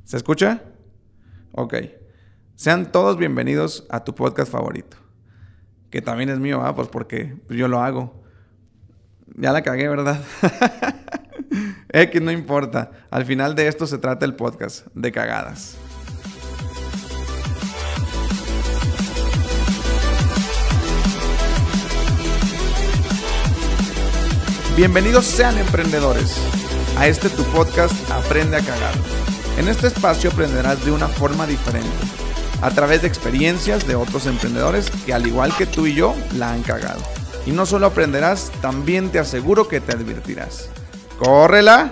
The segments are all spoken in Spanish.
¿Se escucha? Ok. Sean todos bienvenidos a tu podcast favorito. Que también es mío, pues porque yo lo hago. Ya la cagué, ¿verdad? Que no importa. Al final de esto se trata el podcast de cagadas. Bienvenidos sean emprendedores a este tu podcast Aprende a Cagar. En este espacio aprenderás de una forma diferente, a través de experiencias de otros emprendedores que al igual que tú y yo la han cagado. Y no solo aprenderás, también te aseguro que te advertirás. ¡Córrela!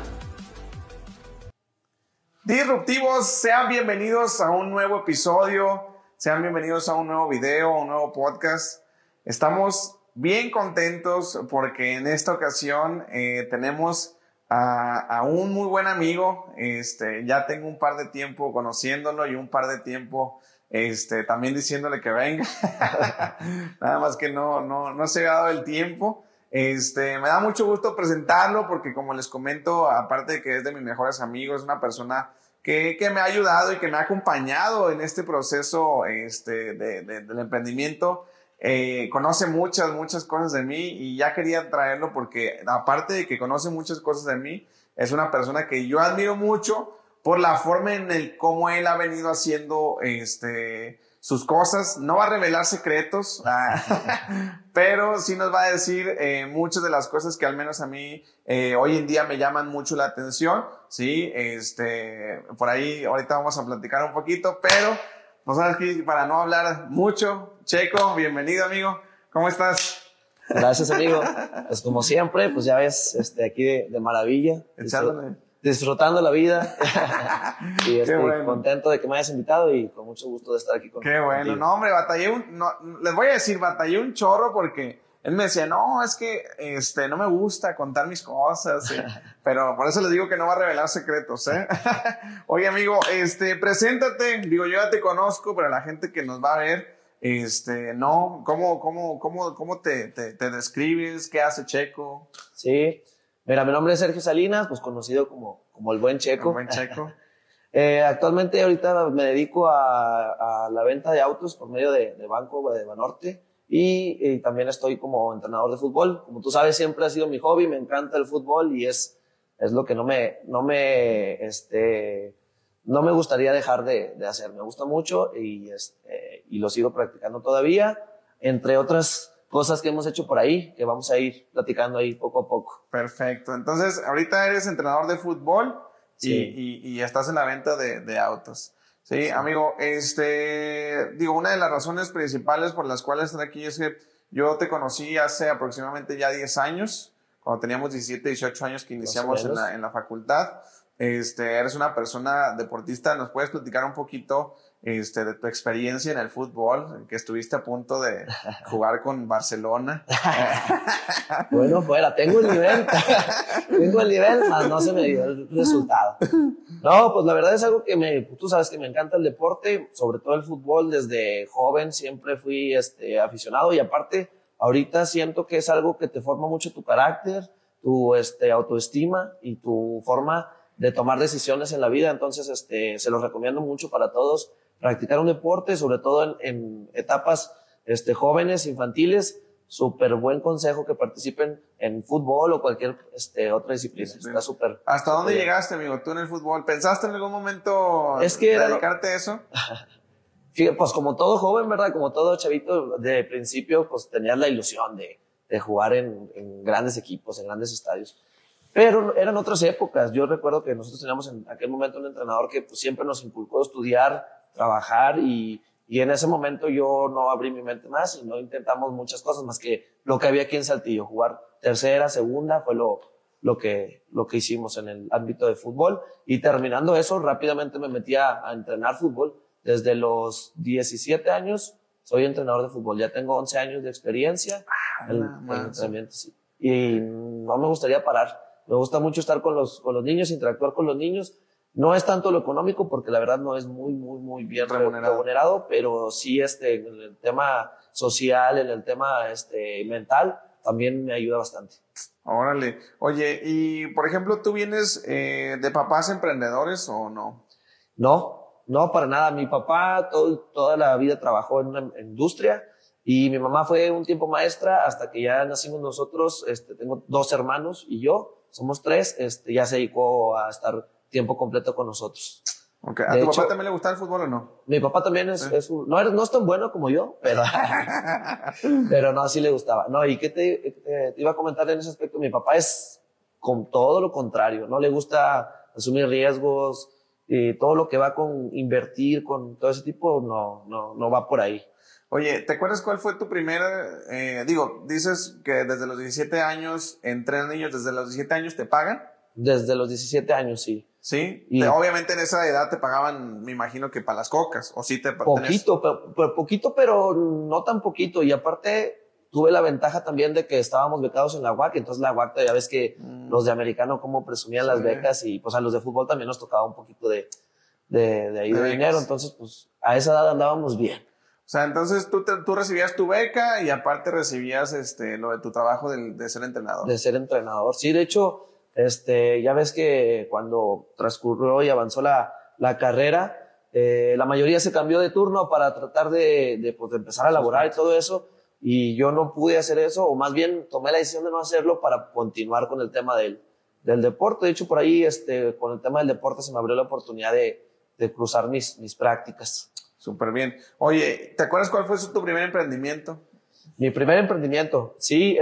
Disruptivos, sean bienvenidos a un nuevo episodio, sean bienvenidos a un nuevo video, un nuevo podcast. Estamos bien contentos porque en esta ocasión tenemos a un muy buen amigo. Ya tengo un par de tiempo conociéndolo y un par de tiempo también diciéndole que venga. Nada más que no se ha dado el tiempo. Me da mucho gusto presentarlo porque, como les comento, aparte de que es de mis mejores amigos, es una persona que me ha ayudado y que me ha acompañado en este proceso del emprendimiento. Conoce muchas cosas de mí y ya quería traerlo porque, aparte de que conoce muchas cosas de mí, es una persona que yo admiro mucho por la forma en cómo él ha venido haciendo sus cosas. No va a revelar secretos, pero sí nos va a decir muchas de las cosas que al menos a mí hoy en día me llaman mucho la atención, ¿sí? Por ahí ahorita vamos a platicar un poquito, pero pues sabes que para no hablar mucho, Checo, bienvenido, amigo. ¿Cómo estás? Gracias, amigo. Pues como siempre, pues ya ves, aquí de maravilla. Disfrutando la vida. Y bueno. Contento de que me hayas invitado y con mucho gusto de estar aquí contigo. Qué bueno. No, hombre, les voy a decir, batallé un chorro porque él me decía, no, es que no me gusta contar mis cosas, pero por eso les digo que no va a revelar secretos, Oye, amigo, preséntate. Digo, yo ya te conozco, pero la gente que nos va a ver, no, ¿cómo te describes? ¿Qué hace Checo? Sí, mira, mi nombre es Sergio Salinas, pues conocido como el Buen Checo. El Buen Checo. Actualmente ahorita me dedico a la venta de autos por medio de Banco de Banorte. Y también estoy como entrenador de fútbol. Como tú sabes, siempre ha sido mi hobby, me encanta el fútbol y es lo que no me gustaría dejar de hacer. Me gusta mucho y lo sigo practicando todavía, entre otras cosas que hemos hecho por ahí, que vamos a ir platicando ahí poco a poco. Perfecto. Entonces, ahorita eres entrenador de fútbol sí. y estás en la venta de autos. Sí, amigo, una de las razones principales por las cuales estoy aquí es que yo te conocí hace aproximadamente ya 10 años, cuando teníamos 17, 18 años que iniciamos en la facultad. Eres una persona deportista. ¿Nos puedes platicar un poquito de tu experiencia en el fútbol, que estuviste a punto de jugar con Barcelona? Bueno, tengo el nivel, más no se me dio el resultado. No, pues la verdad es algo que tú sabes que me encanta el deporte, sobre todo el fútbol. Desde joven siempre fui aficionado y aparte ahorita siento que es algo que te forma mucho tu carácter, tu autoestima y tu forma de tomar decisiones en la vida. Entonces se los recomiendo mucho para todos, practicar un deporte, sobre todo en etapas jóvenes, infantiles. Súper buen consejo que participen en fútbol o cualquier otra disciplina. Está súper. ¿Hasta dónde llegaste, amigo, tú en el fútbol? ¿Pensaste en algún momento dedicarte a eso? Fíjate, pues como todo joven, ¿verdad? Como todo chavito, de principio, pues tenías la ilusión de jugar en grandes equipos, en grandes estadios. Pero eran otras épocas. Yo recuerdo que nosotros teníamos en aquel momento un entrenador que pues, siempre nos inculcó estudiar, trabajar y en ese momento yo no abrí mi mente más y no intentamos muchas cosas más que lo que había aquí en Saltillo. Jugar tercera, segunda fue lo que hicimos en el ámbito de fútbol. Y terminando eso, rápidamente me metí a entrenar fútbol. Desde los 17 años soy entrenador de fútbol. Ya tengo 11 años de experiencia en entrenamiento. Sí. Y no me gustaría parar. Me gusta mucho estar con los niños, interactuar con los niños. No es tanto lo económico, porque la verdad no es muy bien remunerado, pero sí en el tema social, en el tema mental, también me ayuda bastante. Órale. Oye, y por ejemplo, ¿tú vienes de papás emprendedores o no? No, para nada. Mi papá toda la vida trabajó en una industria y mi mamá fue un tiempo maestra hasta que ya nacimos nosotros. Tengo 2 hermanos y yo, somos 3. Ya se dedicó a estar tiempo completo con nosotros. Okay. ¿A tu papá también le gustaba el fútbol o no? Mi papá también no es tan bueno como yo, pero no, sí le gustaba. No, y qué te iba a comentar en ese aspecto. Mi papá es con todo lo contrario. No le gusta asumir riesgos. Todo lo que va con invertir, con todo ese tipo, no va por ahí. Oye, ¿te acuerdas cuál fue tu primera, dices que desde los 17 años entrenan niños, desde los 17 años te pagan? Desde los 17 años, sí. ¿Sí? Obviamente en esa edad te pagaban, me imagino que para las cocas, o sí te Poquito, pero no tan poquito. Y aparte, tuve la ventaja también de que estábamos becados en la UAC, entonces la UAC ya ves que los de americano como presumían las becas y pues a los de fútbol también nos tocaba un poquito de ahí de dinero, entonces pues a esa edad andábamos bien. O sea, entonces tú recibías tu beca y aparte recibías lo de tu trabajo de ser entrenador. De ser entrenador, sí, de hecho, ya ves que cuando transcurrió y avanzó la carrera, la mayoría se cambió de turno para tratar de empezar a laborar y todo eso. Y yo no pude hacer eso, o más bien tomé la decisión de no hacerlo para continuar con el tema del deporte. De hecho, por ahí, con el tema del deporte se me abrió la oportunidad de cruzar mis prácticas. Súper bien. Oye, ¿te acuerdas cuál fue tu primer emprendimiento? Mi primer emprendimiento, sí,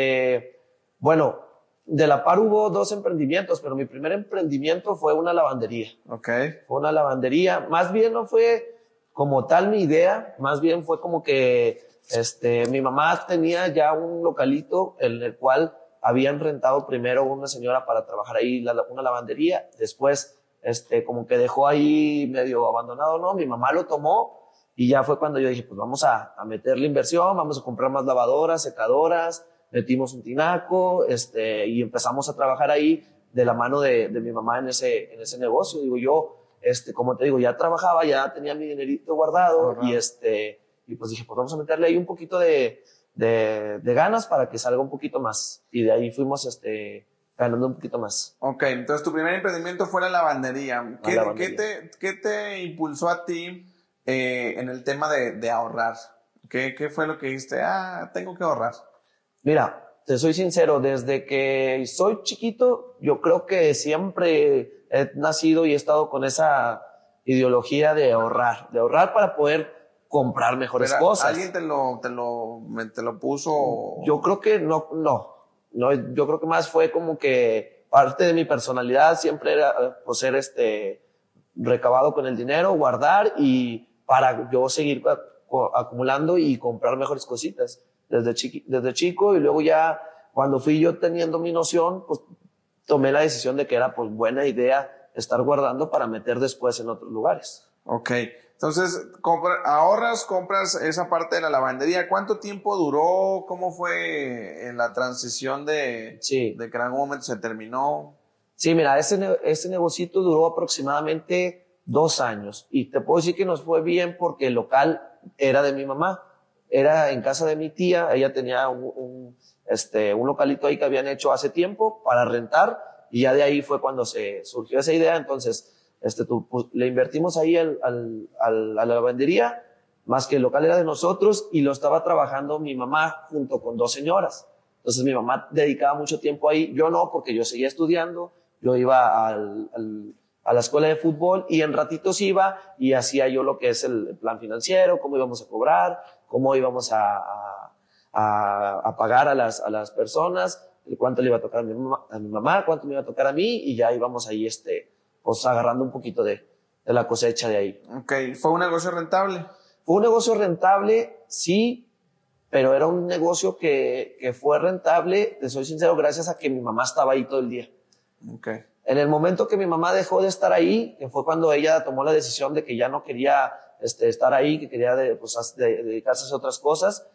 bueno, de la par hubo 2 emprendimientos, pero mi primer emprendimiento fue una lavandería. Okay. Fue una lavandería. Más bien no fue como tal mi idea, más bien fue como que mi mamá tenía ya un localito en el cual habían rentado primero una señora para trabajar ahí una lavandería. Después, como que dejó ahí medio abandonado, ¿no? Mi mamá lo tomó y ya fue cuando yo dije, pues vamos a meterle inversión, vamos a comprar más lavadoras, secadoras, metimos un tinaco, y empezamos a trabajar ahí de la mano de mi mamá en ese negocio. Digo, yo, como te digo, ya trabajaba, ya tenía mi dinerito guardado y pues dije, pues vamos a meterle ahí un poquito de ganas para que salga un poquito más. Y de ahí fuimos, ganando un poquito más. Ok, entonces tu primer emprendimiento fue la lavandería. ¿Qué te impulsó a ti en el tema de ahorrar? ¿Qué fue lo que dijiste? Tengo que ahorrar. Mira, te soy sincero, desde que soy chiquito, yo creo que siempre he nacido y he estado con esa ideología de ahorrar para poder comprar mejores cosas. ¿Alguien te lo puso? Yo creo que no, yo creo que más fue como que parte de mi personalidad siempre era pues, ser recabado con el dinero, guardar y para yo seguir acumulando y comprar mejores cositas desde chico y luego ya cuando fui yo teniendo mi noción, pues tomé la decisión de que era pues buena idea estar guardando para meter después en otros lugares. Ok. Entonces, compras esa parte de la lavandería. ¿Cuánto tiempo duró? ¿Cómo fue en la transición de que en algún momento se terminó? Sí, mira, ese negocito duró aproximadamente 2 años. Y te puedo decir que nos fue bien porque el local era de mi mamá. Era en casa de mi tía. Ella tenía un localito ahí que habían hecho hace tiempo para rentar. Y ya de ahí fue cuando se surgió esa idea. Entonces, pues, le invertimos ahí a la lavandería, más que el local era de nosotros y lo estaba trabajando mi mamá junto con 2 señoras. Entonces mi mamá dedicaba mucho tiempo ahí, yo no, porque yo seguía estudiando, yo iba a la escuela de fútbol y en ratitos iba y hacía yo lo que es el plan financiero, cómo íbamos a cobrar, cómo íbamos a pagar a las personas, cuánto le iba a tocar a mi mamá, cuánto me iba a tocar a mí y ya íbamos ahí pues agarrando un poquito de la cosecha de ahí. Ok, ¿fue un negocio rentable? Fue un negocio rentable, sí, pero era un negocio que fue rentable, te soy sincero, gracias a que mi mamá estaba ahí todo el día. Ok. En el momento que mi mamá dejó de estar ahí, que fue cuando ella tomó la decisión de que ya no quería estar ahí, que quería dedicarse a hacer otras cosas,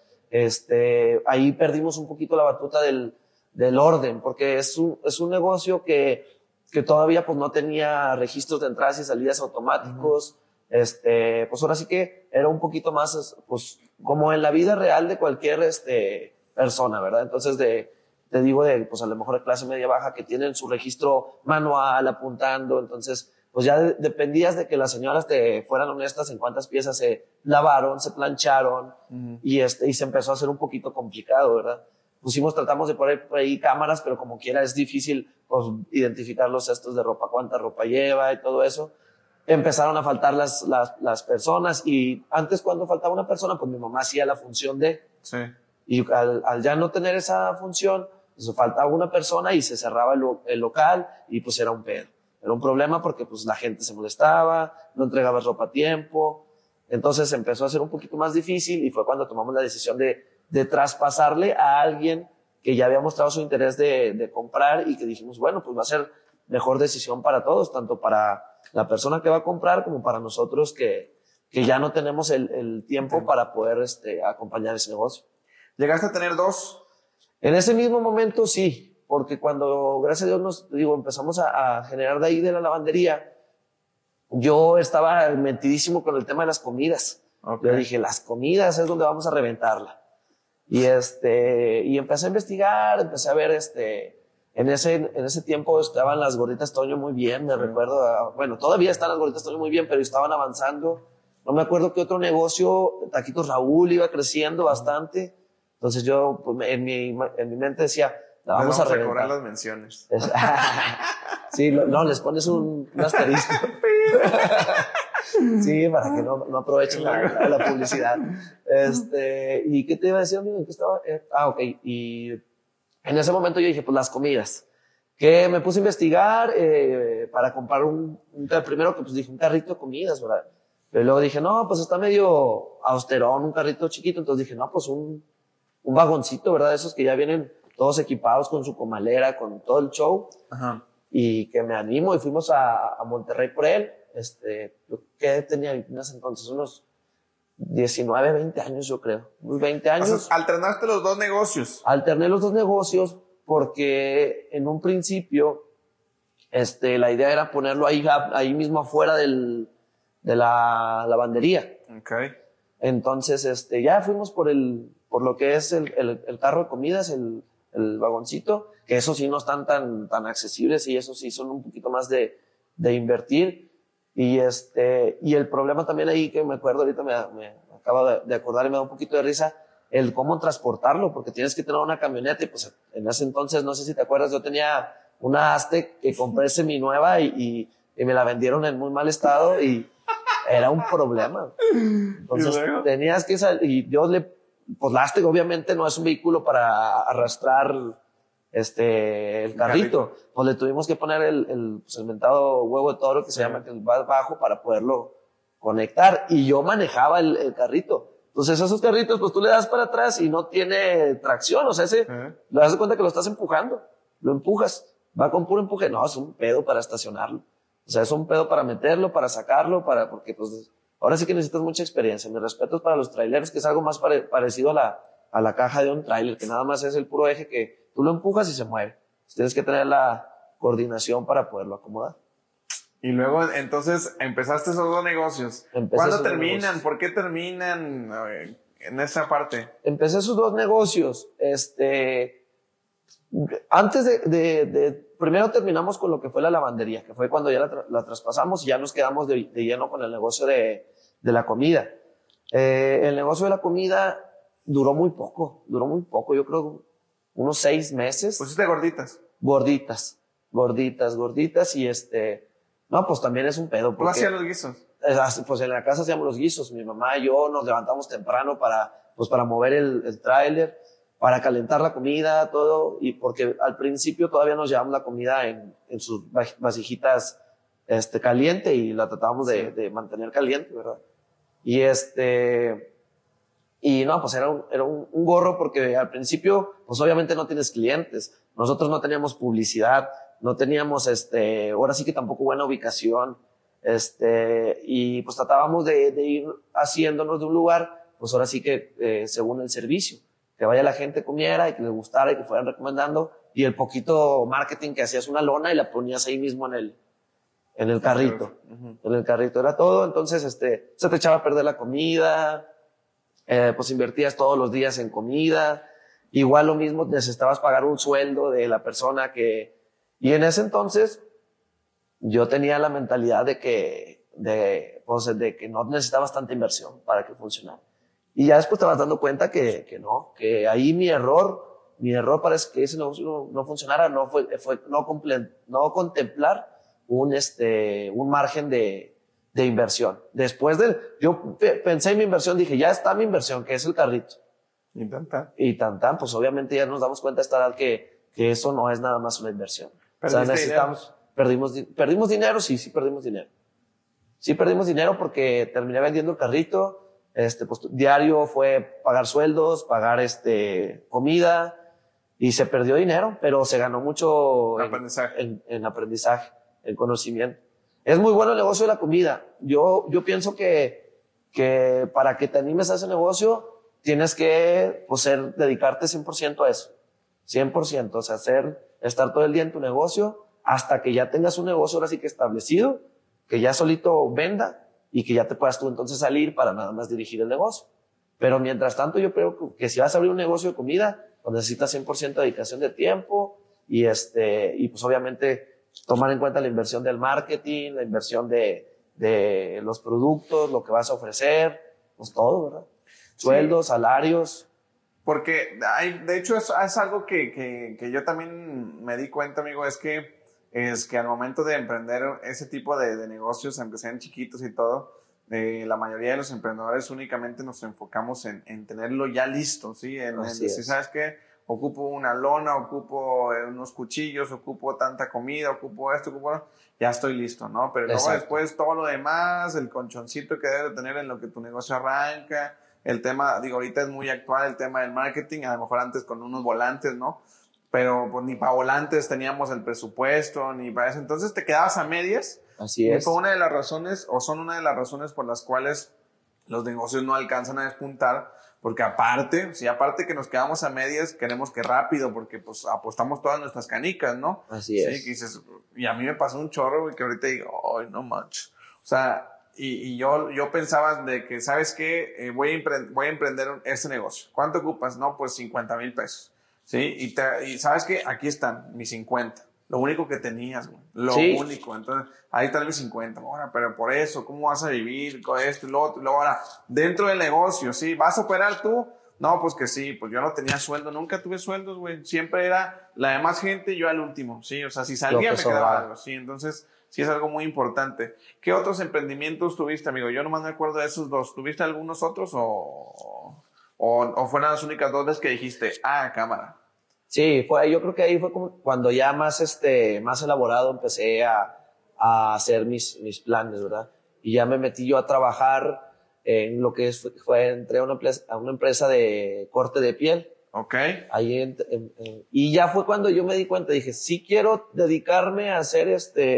ahí perdimos un poquito la batuta del orden, porque es un negocio que todavía pues no tenía registros de entradas y salidas automáticos. Pues ahora sí que era un poquito más, pues, como en la vida real de cualquier, persona, ¿verdad? Entonces te digo pues a lo mejor de clase media baja que tienen su registro manual apuntando, entonces, pues ya dependías de que las señoras te fueran honestas en cuántas piezas se lavaron, se plancharon, y se empezó a hacer un poquito complicado, ¿verdad? Tratamos de poner por ahí cámaras, pero como quiera es difícil, pues, identificar los cestos de ropa, cuánta ropa lleva y todo eso. Empezaron a faltar las personas, y antes, cuando faltaba una persona, pues mi mamá hacía la función de, Sí. y al ya no tener esa función, pues faltaba una persona y se cerraba el local, y pues era un pedo. Era un problema porque pues la gente se molestaba, no entregaba ropa a tiempo. Entonces empezó a ser un poquito más difícil, y fue cuando tomamos la decisión de traspasarle a alguien que ya había mostrado su interés de comprar, y que dijimos, bueno, pues va a ser mejor decisión para todos, tanto para la persona que va a comprar como para nosotros que ya no tenemos el tiempo para poder acompañar ese negocio. ¿Llegaste a tener 2? En ese mismo momento sí, porque cuando, gracias a Dios, empezamos a generar de ahí de la lavandería, yo estaba metidísimo con el tema de las comidas. Okay. Yo dije, las comidas es donde vamos a reventarla. Y empecé a investigar, empecé a ver, en ese tiempo estaban las gorditas Toño muy bien, me recuerdo, bueno, todavía están las gorditas Toño muy bien, pero estaban avanzando. No me acuerdo qué otro negocio, Taquitos Raúl iba creciendo bastante. Entonces yo, pues, en mi mente decía, la vamos a reventar. Recordar las menciones. Sí, no, les pones un asterisco. Sí, para que no aprovechen la publicidad. ¿Y qué te iba a decir, amigo? ¿En qué estaba? Ok. Y en ese momento yo dije, pues las comidas. Que me puse a investigar para comprar primero que pues dije un carrito de comidas, ¿verdad? Pero luego dije, no, pues está medio austerón, un carrito chiquito. Entonces dije, no, pues un vagoncito, ¿verdad? Esos que ya vienen todos equipados con su comalera, con todo el show. Ajá. Y que me animo, y fuimos a Monterrey por él. Yo que tenía en ese entonces unos 19, 20 años, yo creo. Unos 20 años. O sea, alternaste los 2 negocios. Alterné los 2 negocios porque en un principio la idea era ponerlo ahí mismo afuera de la lavandería. Okay. Entonces, ya fuimos por lo que es el carro de comidas, el vagoncito, que esos sí no están tan accesibles, y esos sí son un poquito más de invertir. Y el problema también ahí, que me acuerdo ahorita, me acabo de acordar y me da un poquito de risa, el cómo transportarlo, porque tienes que tener una camioneta, y pues en ese entonces, no sé si te acuerdas, yo tenía una Aztec que compré seminueva y me la vendieron en muy mal estado, y era un problema. Entonces tenías que salir, y pues la Aztec obviamente no es un vehículo para arrastrar el carrito. Pues le tuvimos que poner el mentado huevo de toro, que se llama, que va abajo, para poderlo conectar, y yo manejaba el carrito. Entonces esos carritos, pues tú le das para atrás y no tiene tracción, o sea, le das cuenta que lo estás empujando, lo empujas, va con puro empuje. No, es un pedo para estacionarlo, o sea, es un pedo para meterlo, para sacarlo, porque pues ahora sí que necesitas mucha experiencia. Mis respetos para los traileros, que es algo más parecido a la caja de un trailer, que nada más es el puro eje que tú lo empujas y se mueve. Entonces, tienes que tener la coordinación para poderlo acomodar. Y luego, entonces, empezaste esos 2 negocios. ¿Cuándo terminan? ¿Por qué terminan en esa parte? Empecé esos 2 negocios. Antes primero terminamos con lo que fue la lavandería, que fue cuando ya la traspasamos, y ya nos quedamos de lleno con el negocio de la comida. El negocio de la comida duró muy poco, yo creo unos 6 meses. Pues de gorditas. Gorditas, y no, pues también es un pedo. ¿Tú hacías los guisos? Pues en la casa hacíamos los guisos. Mi mamá y yo nos levantamos temprano para mover el tráiler, para calentar la comida, todo. Y porque al principio todavía nos llevamos la comida en sus vasijitas caliente, y la tratábamos de mantener caliente, ¿verdad? Y no, pues era un gorro, porque al principio, pues obviamente no tienes clientes. Nosotros no teníamos publicidad, no teníamos, ahora sí que tampoco buena ubicación, y pues tratábamos de ir haciéndonos de un lugar, pues ahora sí que, según el servicio, que vaya la gente, comiera, y que les gustara, y que fueran recomendando, y el poquito marketing que hacías una lona y la ponías ahí mismo en el carrito. En el carrito era todo. Entonces, se te echaba a perder la comida, pues invertías todos los días en comida. Igual lo mismo, necesitabas pagar un sueldo de la persona y en ese entonces, yo tenía la mentalidad de que no necesitabas tanta inversión para que funcionara. Y ya después te vas dando cuenta que no, que ahí mi error para que ese negocio no funcionara fue no contemplar un margen de inversión. Yo pensé en mi inversión, dije, ya está mi inversión, que es el carrito. Y tan, pues obviamente ya nos damos cuenta a esta edad que eso no es nada más una inversión. O sea, perdimos dinero, sí perdimos dinero. Sí perdimos dinero porque terminé vendiendo el carrito, pues diario fue pagar sueldos, pagar comida, y se perdió dinero, pero se ganó mucho en aprendizaje, en conocimiento. Es muy bueno el negocio de la comida. Yo pienso que para que te animes a ese negocio, tienes que dedicarte 100% a eso. 100%, o sea, estar todo el día en tu negocio hasta que ya tengas un negocio ahora sí que establecido, que ya solito venda y que ya te puedas tú entonces salir para nada más dirigir el negocio. Pero mientras tanto, yo creo que si vas a abrir un negocio de comida, pues necesitas 100% de dedicación de tiempo y pues obviamente tomar en cuenta la inversión del marketing, la inversión de los productos, lo que vas a ofrecer, pues todo, ¿verdad? Sueldos, salarios. Porque de hecho es algo que yo también me di cuenta, amigo, es que al momento de emprender ese tipo de negocios, aunque sean chiquitos y todo, la mayoría de los emprendedores únicamente nos enfocamos en tenerlo ya listo, ¿sí? En decir, ¿sabes qué? Ocupo una lona, ocupo unos cuchillos, ocupo tanta comida, ocupo esto, ya estoy listo, ¿no? Pero luego después todo lo demás, el colchoncito que debes tener en lo que tu negocio arranca, el tema, ahorita es muy actual el tema del marketing, a lo mejor antes con unos volantes, ¿no? Pero pues ni para volantes teníamos el presupuesto, ni para eso. Entonces te quedabas a medias. Así es. Fue una de las razones, o son una de las razones por las cuales los negocios no alcanzan a despuntar, porque aparte que nos quedamos a medias, queremos que rápido, porque pues apostamos todas nuestras canicas, ¿no? Así es. Que dices, y a mí me pasó un chorro, güey, que ahorita digo, ay, no manches. O sea, y yo pensaba de que, ¿sabes qué? Voy a emprender este negocio. ¿Cuánto ocupas? No, pues 50,000 pesos. ¿Sí? Y ¿sabes qué? Aquí están mis 50. Lo único que tenías, güey. Lo único. Entonces, ahí están mis 50. Ahora, pero por eso, ¿cómo vas a vivir con esto y lo otro? Y luego ahora, dentro del negocio, ¿sí? ¿Vas a operar tú? No, pues que sí. Pues yo no tenía sueldo. Nunca tuve sueldos, güey. Siempre era la demás gente y yo al último, ¿sí? O sea, si salía me quedaba algo, ¿sí? Entonces, sí es algo muy importante. ¿Qué otros emprendimientos tuviste, amigo? Yo nomás me acuerdo de esos dos. ¿Tuviste algunos otros o fueron las únicas dos veces que dijiste, cámara? Sí, yo creo que ahí fue como cuando ya más elaborado empecé a hacer mis planes, ¿verdad? Y ya me metí yo a trabajar en lo que entré a una empresa de corte de piel. Ok. Ahí y ya fue cuando yo me di cuenta, dije, sí quiero dedicarme a ser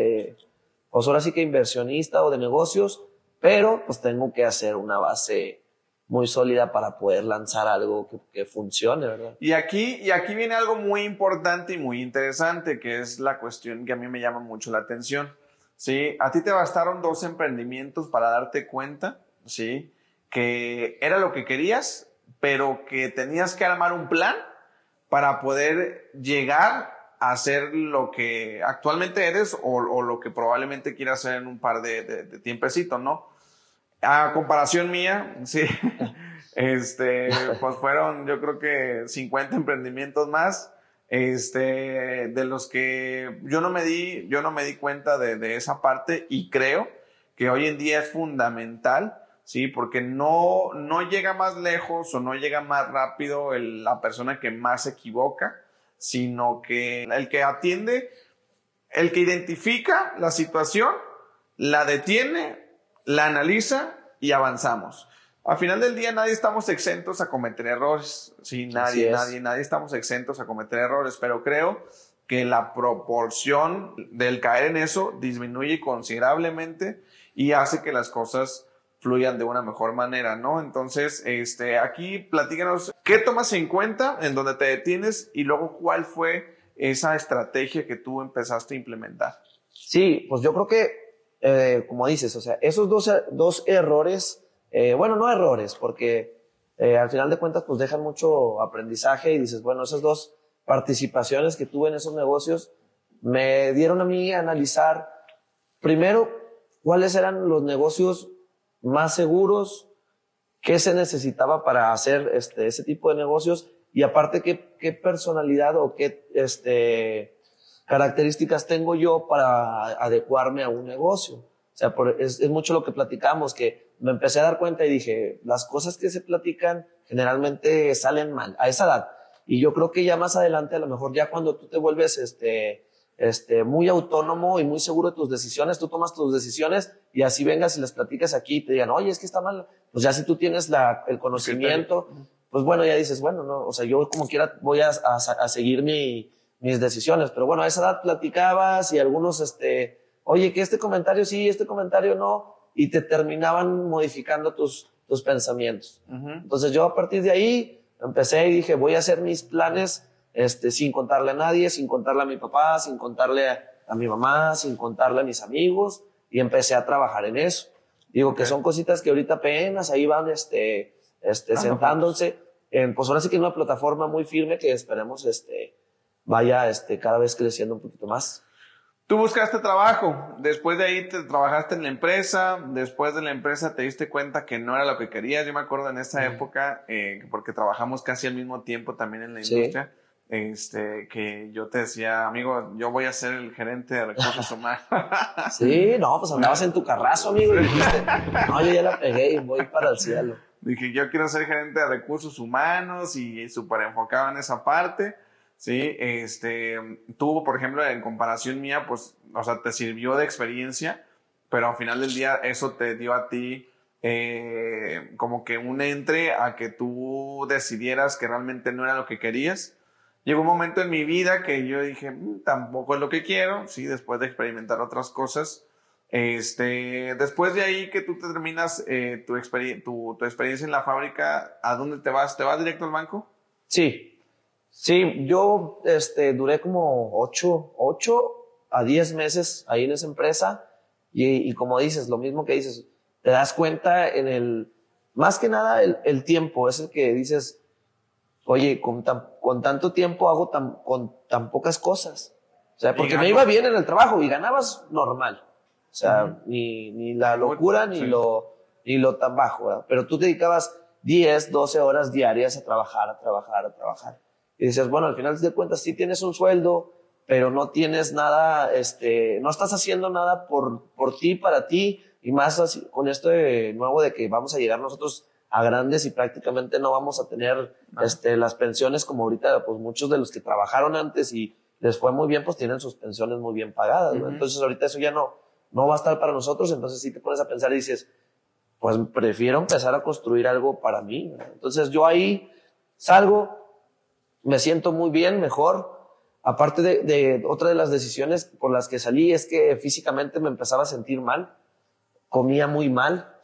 pues ahora sí que inversionista o de negocios, pero pues tengo que hacer una base muy sólida para poder lanzar algo que funcione, ¿verdad? Y aquí viene algo muy importante y muy interesante, que es la cuestión que a mí me llama mucho la atención, ¿sí? A ti te bastaron 2 emprendimientos para darte cuenta, ¿sí? Que era lo que querías, pero que tenías que armar un plan para poder llegar a ser lo que actualmente eres o lo que probablemente quieras hacer en un par de tiempecito, ¿no? A comparación mía, sí, pues fueron yo creo que 50 emprendimientos más, de los que yo no me di cuenta de esa parte y creo que hoy en día es fundamental, sí, porque no llega más lejos o no llega más rápido la persona que más se equivoca, sino que el que atiende, el que identifica la situación, la detiene, la analiza y avanzamos. Al final del día nadie estamos exentos a cometer errores. Sí, nadie estamos exentos a cometer errores, pero creo que la proporción del caer en eso disminuye considerablemente y hace que las cosas fluyan de una mejor manera, ¿no? Entonces, aquí platícanos, ¿qué tomas en cuenta en donde te detienes y luego cuál fue esa estrategia que tú empezaste a implementar? Sí, pues yo creo que como dices, o sea, esos dos errores, bueno, no errores, porque al final de cuentas pues dejan mucho aprendizaje y dices, bueno, esas 2 participaciones que tuve en esos negocios me dieron a mí a analizar primero, ¿cuáles eran los negocios más seguros? ¿Qué se necesitaba para hacer ese tipo de negocios? Y aparte, ¿qué personalidad o qué características tengo yo para adecuarme a un negocio? O sea, es mucho lo que platicamos, que me empecé a dar cuenta y dije, las cosas que se platican generalmente salen mal a esa edad. Y yo creo que ya más adelante, a lo mejor ya cuando tú te vuelves muy autónomo y muy seguro de tus decisiones, tú tomas tus decisiones y así vengas y les platicas aquí y te digan, oye, es que está mal. Pues ya si tú tienes el conocimiento, pues bueno, ya dices, bueno, no, o sea, yo como quiera voy a seguir mis decisiones. Pero bueno, a esa edad platicabas y algunos, oye, que este comentario sí, este comentario no, y te terminaban modificando tus pensamientos. Entonces yo a partir de ahí empecé y dije, voy a hacer mis planes sin contarle a nadie, sin contarle a mi papá, sin contarle a mi mamá, sin contarle a mis amigos, y empecé a trabajar en eso. Digo que son cositas que ahorita apenas ahí van sentándose pues ahora sí que es una plataforma muy firme que esperemos vaya cada vez creciendo un poquito más. Tú buscaste trabajo, después de ahí te trabajaste en la empresa, después de la empresa te diste cuenta que no era lo que querías. Yo me acuerdo en esa época, porque trabajamos casi al mismo tiempo también en la industria, que yo te decía, amigo, yo voy a ser el gerente de recursos humanos. Sí, no, pues andabas en tu carrazo, amigo, y dijiste, no, yo ya la pegué y voy para el cielo. Dije, yo quiero ser gerente de recursos humanos y súper enfocado en esa parte. Sí, tú, por ejemplo, en comparación mía, pues, o sea, te sirvió de experiencia, pero al final del día eso te dio a ti como que un entre a que tú decidieras que realmente no era lo que querías. Llegó un momento en mi vida que yo dije, tampoco es lo que quiero, sí, después de experimentar otras cosas. Después de ahí que tú te terminas tu experiencia en la fábrica, ¿a dónde te vas? ¿Te vas directo al banco? Sí. Sí, yo duré como 8 a 10 meses ahí en esa empresa y como dices, lo mismo que dices, te das cuenta más que nada el tiempo, es el que dices, oye, con tanto tiempo hago con tan pocas cosas. O sea, porque me iba bien en el trabajo y ganabas normal. O sea, ni la locura ni lo tan bajo, ¿verdad? Pero tú te dedicabas 10, 12 horas diarias a trabajar. Y dices, bueno, al final de cuentas sí tienes un sueldo, pero no tienes nada, no estás haciendo nada por ti, para ti, y más así, con esto nuevo de que vamos a llegar nosotros a grandes y prácticamente no vamos a tener las pensiones como ahorita, pues muchos de los que trabajaron antes y les fue muy bien, pues tienen sus pensiones muy bien pagadas, ¿no? Entonces ahorita eso ya no va a estar para nosotros, entonces sí te pones a pensar y dices, pues prefiero empezar a construir algo para mí, ¿no? Entonces yo ahí salgo, me siento muy bien, mejor. Aparte de otra de las decisiones por las que salí es que físicamente me empezaba a sentir mal, comía muy mal,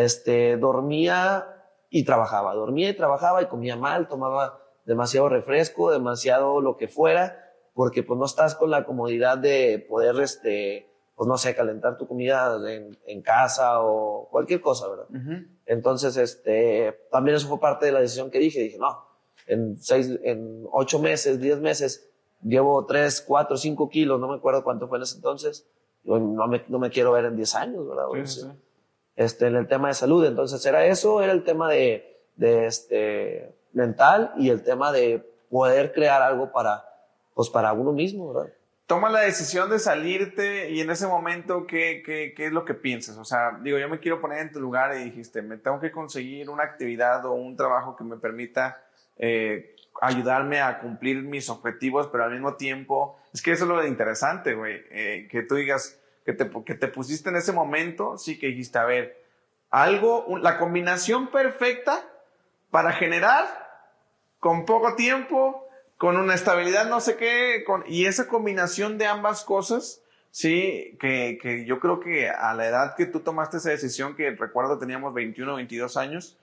dormía y trabajaba y comía mal, tomaba demasiado refresco, demasiado lo que fuera, porque pues no estás con la comodidad de poder, pues no sé, calentar tu comida en casa o cualquier cosa, ¿verdad? Entonces, también eso fue parte de la decisión que dije, no, en 8 meses, 10 meses, llevo 3, 4, 5 kilos, no me acuerdo cuánto fue en ese entonces, yo no me quiero ver en 10 años, ¿verdad? Sí. En el tema de salud, entonces era el tema de mental y el tema de poder crear algo para uno mismo, ¿verdad? Toma la decisión de salirte y en ese momento, ¿qué es lo que piensas? O sea, digo, yo me quiero poner en tu lugar y dijiste, me tengo que conseguir una actividad o un trabajo que me permita ayudarme a cumplir mis objetivos, pero al mismo tiempo, es que eso es lo interesante, güey, que tú digas, que te pusiste en ese momento, sí que dijiste, a ver, la combinación perfecta para generar con poco tiempo, con una estabilidad no sé qué, y esa combinación de ambas cosas, sí, que yo creo que a la edad que tú tomaste esa decisión, que recuerdo teníamos 21, 22 años,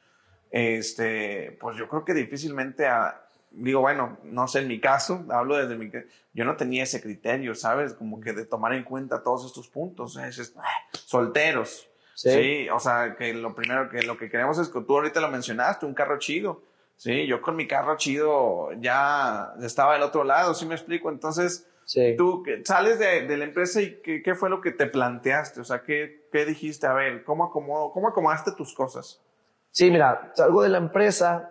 pues yo creo que difícilmente, digo, bueno, no sé, en mi caso, hablo desde yo no tenía ese criterio, ¿sabes? Como que de tomar en cuenta todos estos puntos, solteros, sí, o sea, que lo primero lo que queremos es que tú ahorita lo mencionaste, un carro chido. Sí, yo con mi carro chido ya estaba del otro lado, ¿sí me explico? Entonces, Sí. Tú sales de la empresa y ¿qué fue lo que te planteaste? O sea, ¿qué dijiste? A ver, ¿cómo acomodaste tus cosas? Sí, mira, salgo de la empresa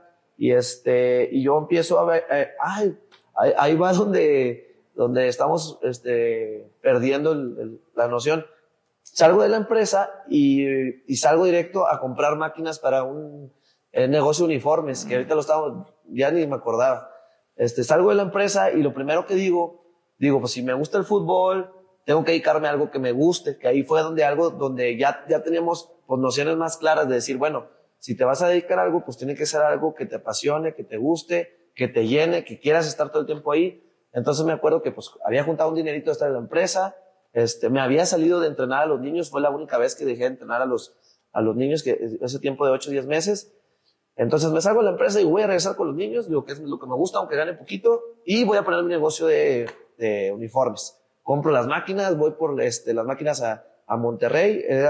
y yo empiezo a ver, ahí va donde estamos perdiendo la noción. Salgo de la empresa y salgo directo a comprar máquinas para un negocio de uniformes, que ahorita ya ni me acordaba. Salgo de la empresa y lo primero que digo, pues si me gusta el fútbol, tengo que dedicarme a algo que me guste, que ahí fue donde ya teníamos pues, nociones más claras de decir, bueno, si te vas a dedicar a algo, pues tiene que ser algo que te apasione, que te guste, que te llene, que quieras estar todo el tiempo ahí. Entonces me acuerdo que pues había juntado un dinerito de estar en la empresa, me había salido de entrenar a los niños, fue la única vez que dejé de entrenar a los niños, que ese tiempo de 8 o 10 meses. Entonces me salgo de la empresa y voy a regresar con los niños, digo que es lo que me gusta, aunque gane poquito, y voy a poner mi negocio de uniformes. Compro las máquinas, voy por las máquinas a Monterrey, era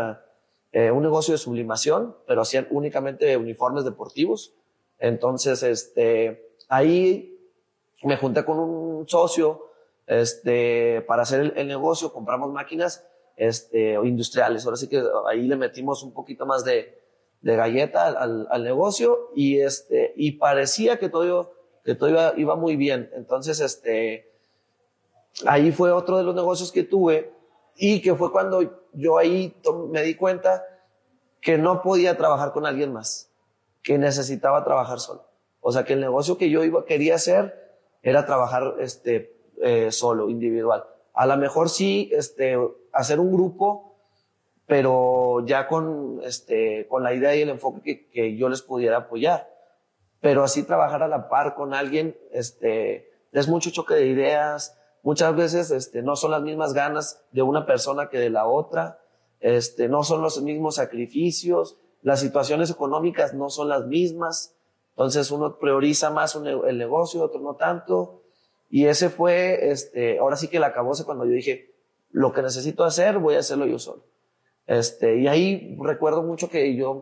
un negocio de sublimación, pero hacían únicamente uniformes deportivos. Entonces, ahí me junté con un socio, para hacer el negocio, compramos máquinas, industriales. Ahora sí que ahí le metimos un poquito más de galleta al negocio y parecía que todo iba muy bien. Entonces, ahí fue otro de los negocios que tuve y que fue cuando yo ahí me di cuenta que no podía trabajar con alguien más, que necesitaba trabajar solo. O sea, que el negocio que yo quería hacer era trabajar solo, individual. A lo mejor sí hacer un grupo, pero ya con la idea y el enfoque que yo les pudiera apoyar. Pero así trabajar a la par con alguien, es mucho choque de ideas. Muchas veces no son las mismas ganas de una persona que de la otra, no son los mismos sacrificios, las situaciones económicas no son las mismas, entonces uno prioriza más el negocio, otro no tanto, y ese fue, ahora sí que el acabose cuando yo dije, lo que necesito hacer, voy a hacerlo yo solo. Y ahí recuerdo mucho que yo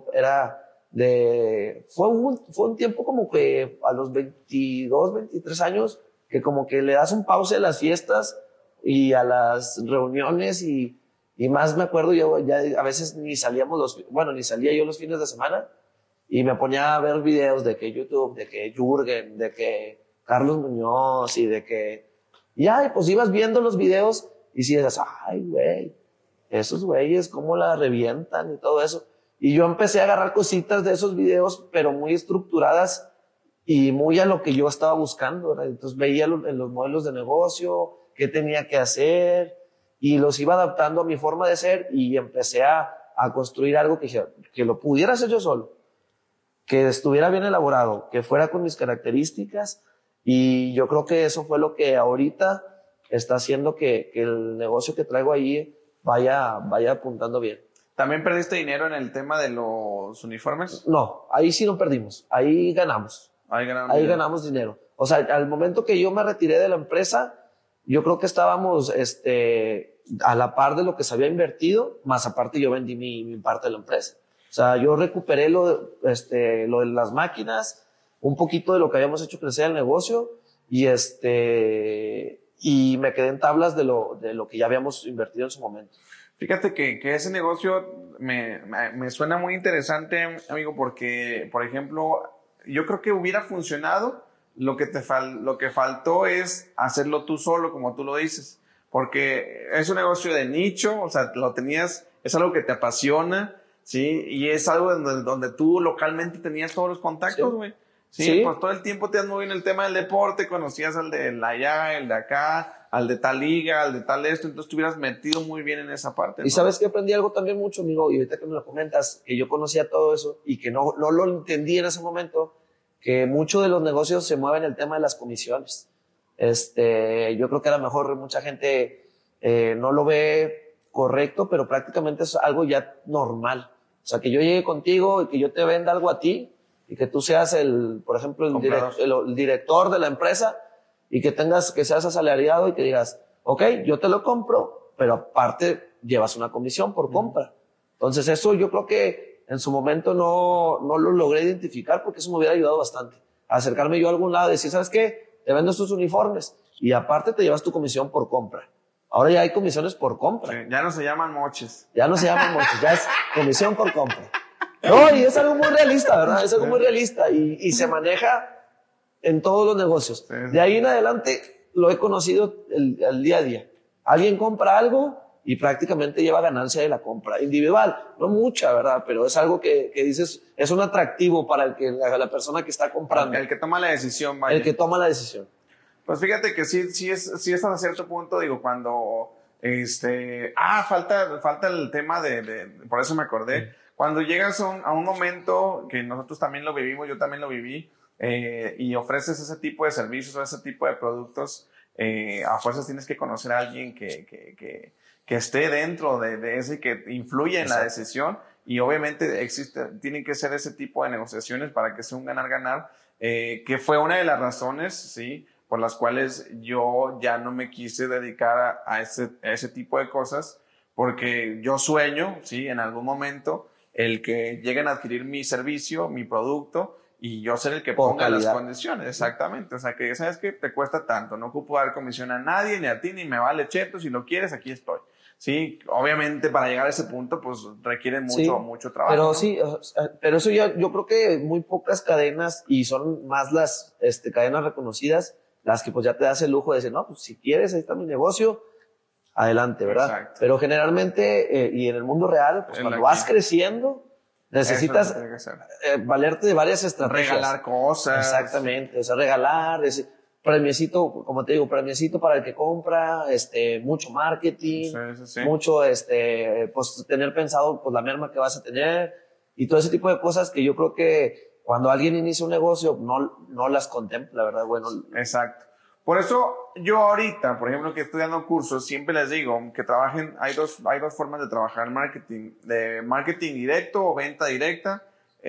fue un tiempo como que a los 22, 23 años, que como que le das un pause a las fiestas y a las reuniones y más me acuerdo yo ya a veces ni salía yo los fines de semana y me ponía a ver videos de que YouTube, de que Jürgen, de que Carlos Muñoz y pues ibas viendo los videos y si decías, ay güey, esos güeyes cómo la revientan y todo eso. Y yo empecé a agarrar cositas de esos videos, pero muy estructuradas y muy a lo que yo estaba buscando, ¿verdad? Entonces veía en los modelos de negocio, qué tenía que hacer y los iba adaptando a mi forma de ser y empecé a construir algo que lo pudiera hacer yo solo, que estuviera bien elaborado, que fuera con mis características y yo creo que eso fue lo que ahorita está haciendo que el negocio que traigo ahí vaya apuntando bien. ¿También perdiste dinero en el tema de los uniformes? No, ahí sí no perdimos, ahí ganamos. Ahí ganamos dinero. O sea, al momento que yo me retiré de la empresa, yo creo que estábamos a la par de lo que se había invertido, más aparte yo vendí mi parte de la empresa. O sea, yo recuperé lo de las máquinas, un poquito de lo que habíamos hecho crecer el negocio y me quedé en tablas de lo que ya habíamos invertido en su momento. Fíjate que ese negocio me suena muy interesante, amigo, porque, por ejemplo, yo creo que hubiera funcionado. Lo que faltó es hacerlo tú solo, como tú lo dices, porque es un negocio de nicho, o sea, es algo que te apasiona, ¿sí? Y es algo donde tú localmente tenías todos los contactos, güey. Sí, pues todo el tiempo te has movido en el tema del deporte, conocías al de allá, el de acá, al de tal liga, al de tal esto, entonces te hubieras metido muy bien en esa parte, ¿no? Y sabes que aprendí algo también mucho, amigo, y ahorita que me lo comentas, que yo conocía todo eso y que no lo entendí en ese momento, que muchos de los negocios se mueven en el tema de las comisiones. Yo creo que a lo mejor mucha gente no lo ve correcto, pero prácticamente es algo ya normal. O sea, que yo llegue contigo y que yo te venda algo a ti y que tú seas por ejemplo, el director de la empresa y que seas asalariado y que digas, ok, yo te lo compro, pero aparte llevas una comisión por compra. Entonces eso yo creo que en su momento no lo logré identificar porque eso me hubiera ayudado bastante. A acercarme yo a algún lado y decir, ¿sabes qué? Te vendo estos uniformes. y aparte te llevas tu comisión por compra. Ahora ya hay comisiones por compra. Sí, ya no se llaman moches. Ya no se llaman moches, ya es comisión por compra. No, y es algo muy realista, ¿verdad? Es algo muy realista y se maneja en todos los negocios. Sí, sí. De ahí en adelante lo he conocido el día a día. Alguien compra algo y prácticamente lleva ganancia de la compra individual. No mucha, ¿verdad? Pero es algo que dices, es un atractivo para la persona que está comprando. El que toma la decisión, vaya. El que toma la decisión. Pues fíjate que sí es hasta cierto punto, digo, cuando, falta el tema por eso me acordé, cuando llegas a un momento que nosotros también lo vivimos, yo también lo viví, y ofreces ese tipo de servicios o ese tipo de productos, a fuerzas tienes que conocer a alguien que esté dentro de ese y que influya en la decisión, y obviamente tienen que ser ese tipo de negociaciones para que sea un ganar-ganar, que fue una de las razones, sí, por las cuales yo ya no me quise dedicar a ese tipo de cosas, porque yo sueño, sí, en algún momento, el que lleguen a adquirir mi servicio, mi producto, y yo ser el que ponga las condiciones, exactamente. O sea, que sabes que te cuesta tanto, no ocupo dar comisión a nadie, ni a ti, ni me vale cheto, si lo quieres, aquí estoy. Sí, obviamente para llegar a ese punto, pues requiere mucho trabajo. Pero ¿no? sí, pero eso yo creo que muy pocas cadenas, y son más las cadenas reconocidas, las que pues ya te das el lujo de decir, no, pues si quieres, ahí está mi negocio, adelante, ¿verdad? Exacto. Pero generalmente, y en el mundo real, pues cuando vas creciendo, necesitas valerte de varias estrategias. Regalar cosas. Exactamente, o sea, regalar, premiecito, como te digo, premiecito para el que compra, mucho marketing, mucho, pues tener pensado, pues la merma que vas a tener, y todo ese tipo de cosas que yo creo que cuando alguien inicia un negocio, no las contempla, ¿verdad? Bueno. Exacto. Por eso yo ahorita, por ejemplo, que estoy dando cursos, siempre les digo que trabajen, hay dos formas de trabajar marketing, de marketing directo o venta directa,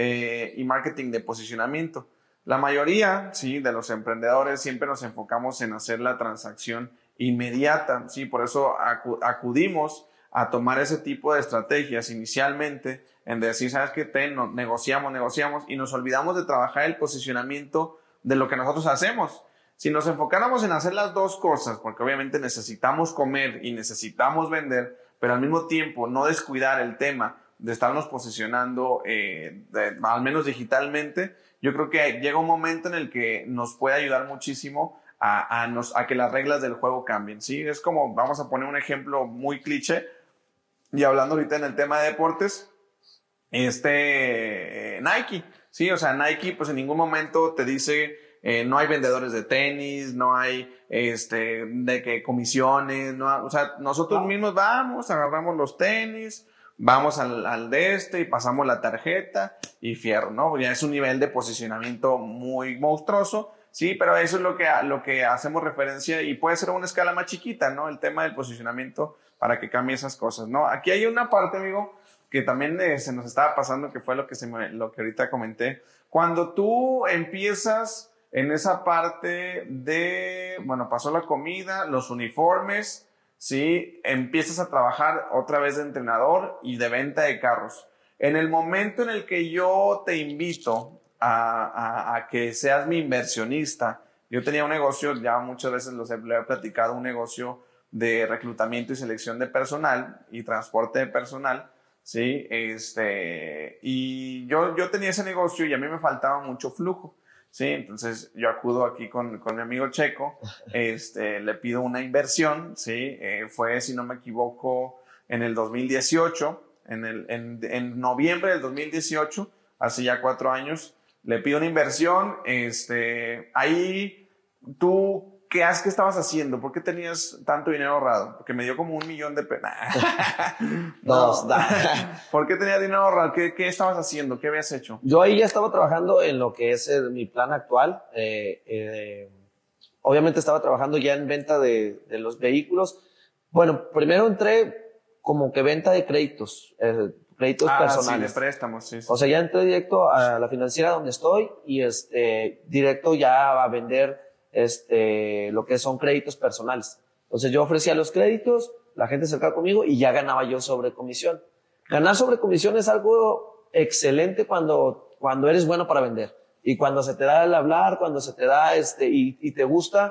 y marketing de posicionamiento. La mayoría, sí, de los emprendedores siempre nos enfocamos en hacer la transacción inmediata, sí, por eso acudimos a tomar ese tipo de estrategias inicialmente, en decir, ¿sabes qué? Negociamos y nos olvidamos de trabajar el posicionamiento de lo que nosotros hacemos. Si nos enfocáramos en hacer las dos cosas, porque obviamente necesitamos comer y necesitamos vender, pero al mismo tiempo no descuidar el tema de estarnos posicionando, al menos digitalmente, yo creo que llega un momento en el que nos puede ayudar muchísimo a que las reglas del juego cambien, ¿sí? Es como, vamos a poner un ejemplo muy cliché, y hablando ahorita en el tema de deportes, Nike, ¿sí? O sea, Nike pues en ningún momento te dice, no hay vendedores de tenis, no hay, de que comisiones, no, o sea, nosotros mismos vamos, agarramos los tenis, vamos al y pasamos la tarjeta y fierro, ¿no? Ya es un nivel de posicionamiento muy monstruoso, sí, pero eso es lo que hacemos referencia, y puede ser a una escala más chiquita, ¿no? El tema del posicionamiento para que cambie esas cosas, ¿no? Aquí hay una parte, amigo, que también se nos estaba pasando, que fue lo que ahorita comenté. Cuando tú empiezas en esa parte de, bueno, pasó la comida, los uniformes, ¿sí? Empiezas a trabajar otra vez de entrenador y de venta de carros. En el momento en el que yo te invito a que seas mi inversionista, yo tenía un negocio, ya muchas veces le he platicado, un negocio de reclutamiento y selección de personal y transporte de personal, ¿sí? Y yo tenía ese negocio y a mí me faltaba mucho flujo, ¿sí? Entonces yo acudo aquí con mi amigo Checo, le pido una inversión, ¿sí? Fue, si no me equivoco, en el 2018, en noviembre del 2018, hace ya 4 años, le pido una inversión, ahí tú, ¿qué estabas haciendo? ¿Por qué tenías tanto dinero ahorrado? Porque me dio como $1 millón de pesos. No. ¿Por qué tenías dinero ahorrado? ¿Qué estabas haciendo? ¿Qué habías hecho? Yo ahí ya estaba trabajando en lo que es mi plan actual. Obviamente estaba trabajando ya en venta de los vehículos. Bueno, primero entré como que venta de créditos personales. Sí, de préstamos, sí. O sea, ya entré directo a la financiera donde estoy y directo ya a vender lo que son créditos personales. Entonces yo ofrecía los créditos, la gente se acercaba conmigo y ya ganaba yo sobre comisión. Ganar sobre comisión es algo excelente cuando eres bueno para vender y cuando se te da el hablar, cuando se te da y te gusta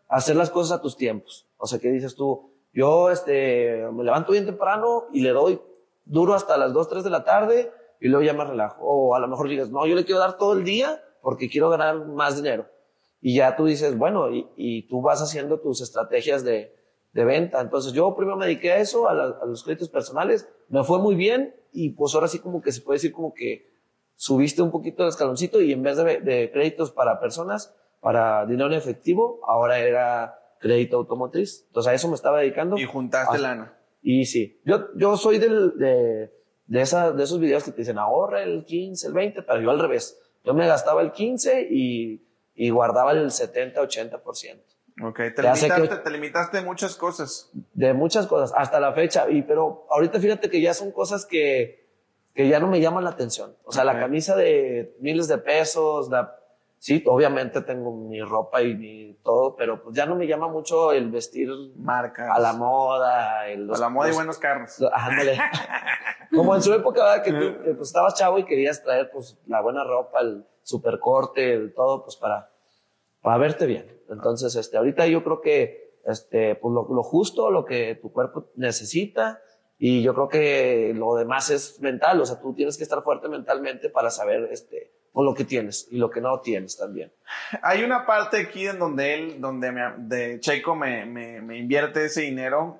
hacer las cosas a tus tiempos. O sea, que dices tú, yo me levanto bien temprano y le doy duro hasta las 2, 3 de la tarde y luego ya me relajo. O a lo mejor digas, no, yo le quiero dar todo el día porque quiero ganar más dinero. Y ya tú dices, bueno, y tú vas haciendo tus estrategias de venta. Entonces yo primero me dediqué a eso, a los créditos personales, me fue muy bien y pues ahora sí como que se puede decir como que subiste un poquito el escaloncito y en vez de créditos para personas, para dinero en efectivo, ahora era crédito automotriz. Entonces a eso me estaba dedicando. Y juntaste lana. Y sí, yo soy de esos videos que te dicen ahorra el 15, el 20, pero yo al revés. Yo me gastaba el 15 y guardaba el 70, 80%. Ok, te limitaste de muchas cosas. De muchas cosas, hasta la fecha. Pero ahorita fíjate que ya son cosas que ya no me llaman la atención. O sea, la camisa de miles de pesos, sí, obviamente tengo mi ropa y mi todo, pero pues ya no me llama mucho el vestir marcas a la moda. A la moda y buenos carros. Ándale. Como en su época, ¿verdad? Que tú pues, estabas chavo y querías traer pues la buena ropa, el super corte, el todo, pues para verte bien. Entonces, ahorita yo creo que pues lo justo, lo que tu cuerpo necesita, y yo creo que lo demás es mental. O sea, tú tienes que estar fuerte mentalmente para saber por lo que tienes y lo que no tienes también. Hay una parte aquí en donde Checo me invierte ese dinero.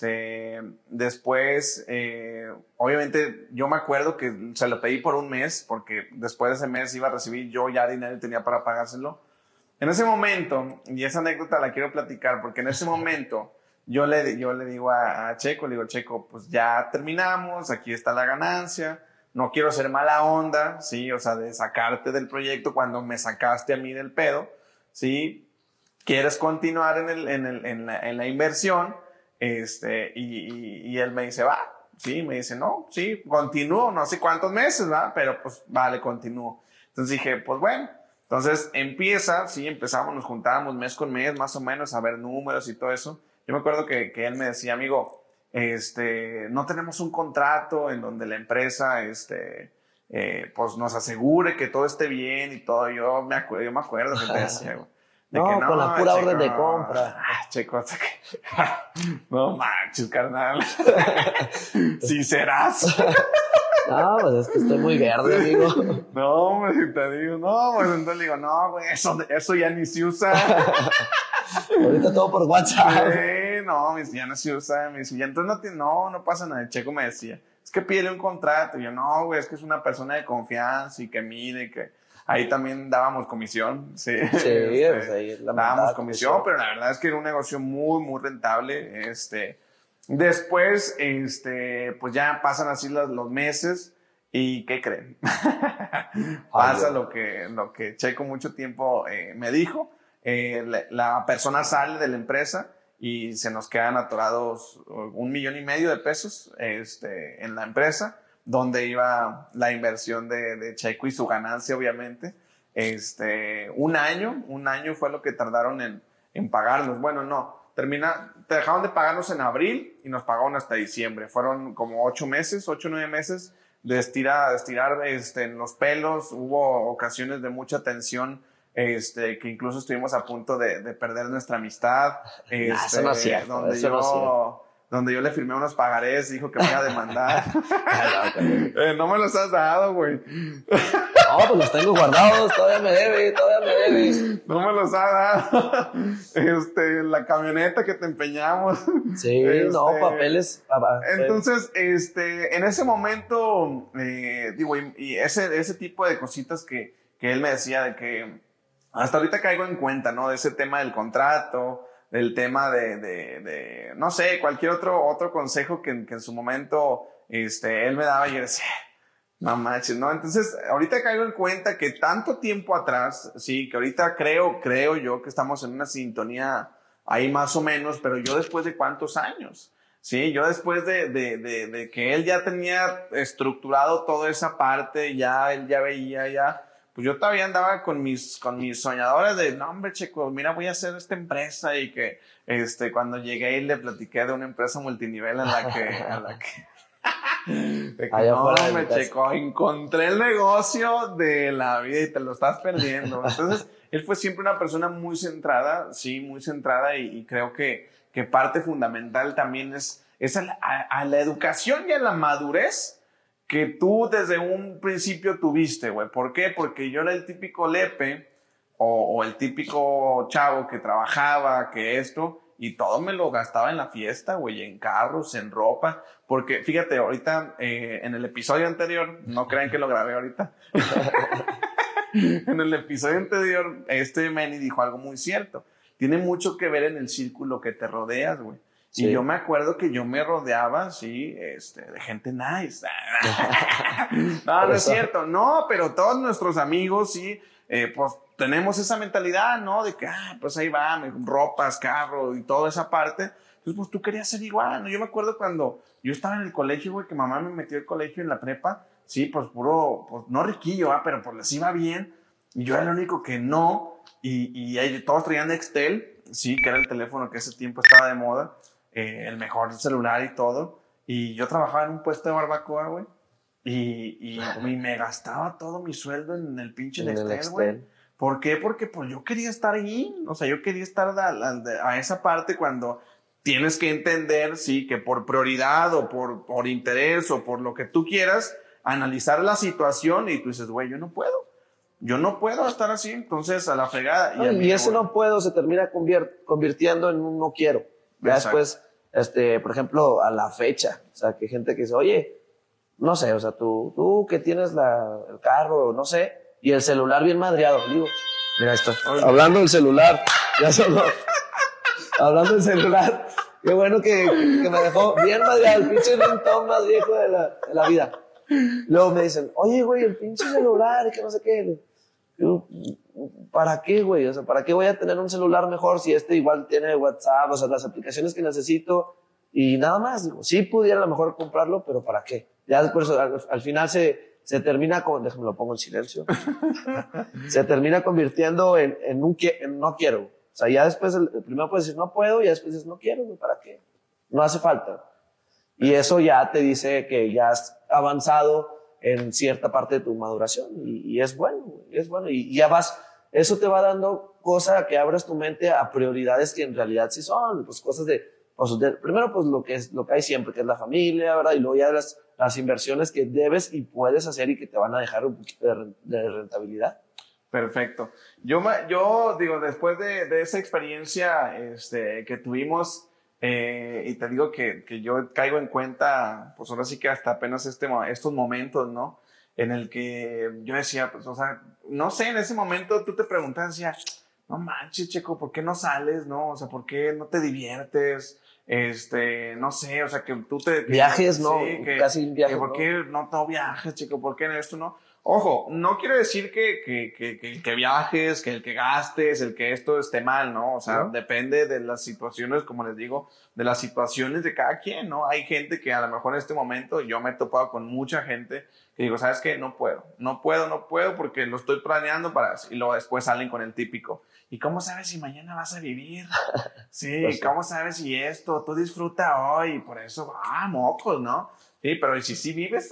Después, obviamente, yo me acuerdo que se lo pedí por un mes, porque después de ese mes iba a recibir yo ya dinero y tenía para pagárselo. En ese momento, y esa anécdota la quiero platicar, porque en ese momento yo le digo a Checo, le digo, Checo, pues ya terminamos, aquí está la ganancia. No quiero ser mala onda, ¿sí? O sea, de sacarte del proyecto cuando me sacaste a mí del pedo, ¿sí? Quieres continuar en la inversión, y él me dice, va, ¿sí? Me dice, no, sí, continúo, no sé cuántos meses, ¿va? Pero pues, vale, continúo. Entonces dije, pues bueno. Entonces empezamos, nos juntábamos mes con mes, más o menos, a ver números y todo eso. Yo me acuerdo que él me decía, amigo, no tenemos un contrato en donde la empresa, pues nos asegure que todo esté bien y todo. Yo me acuerdo que te decía, güey. No, con la pura orden de compra. Checo, no manches, carnal. Sí serás. No, pues es que estoy muy verde, amigo. No, hombre, si te digo, no, pues entonces digo, no, güey, eso ya ni se usa. Ahorita todo por WhatsApp. Sí, no, ya no se usa. Me dice, ya entonces no pasa nada. El Checo me decía, es que pídele un contrato. Y yo, no, güey, es que es una persona de confianza y que mide, que ahí también dábamos comisión. Sí, pues ahí dábamos comisión, pero la verdad es que era un negocio muy, muy rentable. Después, pues ya pasan así los meses. ¿Y qué creen? Pasa lo que Checo mucho tiempo me dijo. La persona sale de la empresa y se nos quedan atorados 1,5 millones de pesos en la empresa, donde iba la inversión de Checo y su ganancia, obviamente. Un año fue lo que tardaron en pagarnos. Bueno, no, dejaron de pagarnos en abril y nos pagaron hasta diciembre. Fueron como 8 o 9 meses de estirar en los pelos. Hubo ocasiones de mucha tensión, que incluso estuvimos a punto de perder nuestra amistad. Eso no es cierto, donde yo le firmé unos pagarés, dijo que me iba a demandar. No me los has dado, güey. No, pues los tengo guardados, todavía me debes. No me los ha dado. La camioneta que te empeñamos. Sí, no, papeles. Entonces, en ese momento, digo, y ese tipo de cositas que él me decía, de que hasta ahorita caigo en cuenta, ¿no? De ese tema del contrato, del tema de no sé, cualquier otro consejo que en su momento, él me daba y yo decía, no manches, ¿no? Entonces, ahorita caigo en cuenta que tanto tiempo atrás, sí, que ahorita creo yo que estamos en una sintonía ahí más o menos, pero yo después de cuántos años, sí, yo después de que él ya tenía estructurado toda esa parte, él ya veía, pues yo todavía andaba con mis soñadores de, no, hombre, Checo, mira, voy a hacer esta empresa, y que, cuando llegué y le platiqué de una empresa multinivel en la que De que allá no, afuera de mi me casa. checó, encontré el negocio de la vida y te lo estás perdiendo. Entonces, él fue siempre una persona muy centrada, sí, muy centrada y creo que parte fundamental también es a la educación y a la madurez que tú desde un principio tuviste, güey. ¿Por qué? Porque yo era el típico lepe o el típico chavo que trabajaba, que esto, y todo me lo gastaba en la fiesta, güey, en carros, en ropa. Porque, fíjate, ahorita, en el episodio anterior, no crean que lo grabé ahorita. En el episodio anterior, Manny dijo algo muy cierto. Tiene mucho que ver en el círculo que te rodeas, güey. Sí. Y yo me acuerdo que yo me rodeaba, sí, de gente nice. No es cierto. No, pero todos nuestros amigos, sí, pues tenemos esa mentalidad, ¿no? De que, pues ahí va, ropas, carro y toda esa parte. Entonces, pues tú querías ser igual, ¿no? Yo me acuerdo cuando yo estaba en el colegio, güey, que mamá me metió al colegio en la prepa. Sí, pues puro, pues no riquillo, pero pues les iba bien. Y yo era el único que no. Y todos traían Nextel, sí, que era el teléfono que ese tiempo estaba de moda. El mejor celular y todo. Y yo trabajaba en un puesto de barbacoa, güey. Y me gastaba todo mi sueldo en el pinche Nextel, güey. ¿Por qué? Porque pues yo quería estar ahí. O sea, yo quería estar a esa parte cuando tienes que entender, sí, que por prioridad o por interés o por lo que tú quieras, analizar la situación y tú dices, güey, yo no puedo estar así, entonces a la fregada. Y ese no puedo se termina convirtiendo en un no quiero. Ya después, por ejemplo, a la fecha, o sea, que hay gente que dice, oye, no sé, o sea, tú que tienes el carro, no sé, y el celular bien madreado, digo, mira esto, hablando del celular, ya solo, hablando del celular, qué bueno que me dejó bien madreado, el pinche ringtone más viejo de la vida. Luego me dicen, oye, güey, el pinche celular, que no sé qué. Yo, ¿para qué, güey? O sea, ¿para qué voy a tener un celular mejor si igual tiene WhatsApp, o sea, las aplicaciones que necesito y nada más? Digo, sí pudiera a lo mejor comprarlo, pero ¿para qué? Ya después, al final se termina déjame lo pongo en silencio, se termina convirtiendo en no quiero. O sea, ya después, primero puedes decir no puedo, y ya después dices no quiero, güey, ¿para qué? No hace falta. Y eso ya te dice que ya has avanzado en cierta parte de tu maduración y es bueno, es bueno. Y ya eso te va dando cosa que abras tu mente a prioridades que en realidad sí son, pues cosas primero pues lo que hay siempre, que es la familia, ¿verdad? Y luego ya las inversiones que debes y puedes hacer y que te van a dejar un poquito de rentabilidad. Perfecto. Yo digo, después de esa experiencia que tuvimos, y te digo que yo caigo en cuenta, pues ahora sí que hasta apenas estos momentos, ¿no? En el que yo decía, pues, o sea, no sé, en ese momento tú te preguntas, decía, no manches, Checo, ¿por qué no sales, no? O sea, ¿por qué no te diviertes? No sé, o sea, que tú Viajes, ¿no? Sí, Casi un viaje, ¿por qué no viajas, Checo? ¿Por qué en esto no? Ojo, no quiero decir que viajes, que el que gastes, el que esto esté mal, ¿no? O sea, depende de las situaciones, como les digo, de las situaciones de cada quien, ¿no? Hay gente que a lo mejor en este momento, yo me he topado con mucha gente que digo, ¿sabes qué? No puedo porque lo estoy planeando y luego después salen con el típico. ¿Y cómo sabes si mañana vas a vivir? Sí, pues, ¿cómo sabes si esto? Tú disfruta hoy, por eso, mocos, ¿no? Sí, pero ¿y si sí vives?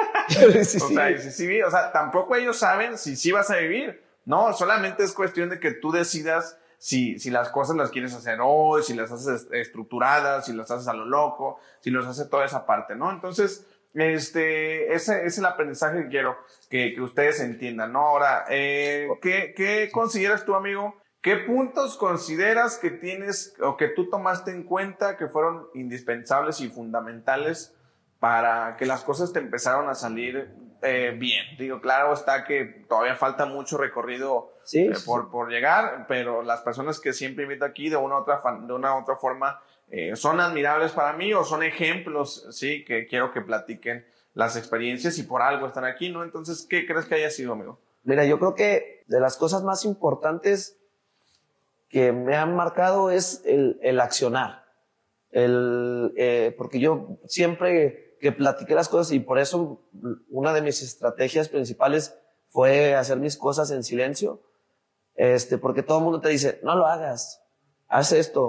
O sea, tampoco ellos saben si sí vas a vivir. No, solamente es cuestión de que tú decidas si las cosas las quieres hacer hoy, si las haces estructuradas, si las haces a lo loco, si las haces toda esa parte, ¿no? Entonces, ese es el aprendizaje que quiero que ustedes entiendan, ¿no? Ahora, ¿qué consideras tú, amigo? ¿Qué puntos consideras que tienes o que tú tomaste en cuenta que fueron indispensables y fundamentales para que las cosas te empezaron a salir bien? Digo, claro está que todavía falta mucho recorrido por llegar, pero las personas que siempre invito aquí de una u otra forma son admirables para mí o son ejemplos, sí, que quiero que platiquen las experiencias y por algo están aquí, ¿no? Entonces, ¿qué crees que haya sido, amigo? Mira, yo creo que de las cosas más importantes que me han marcado es el accionar. Porque yo siempre que platiqué las cosas, y por eso una de mis estrategias principales fue hacer mis cosas en silencio, porque todo el mundo te dice, no lo hagas, haz esto,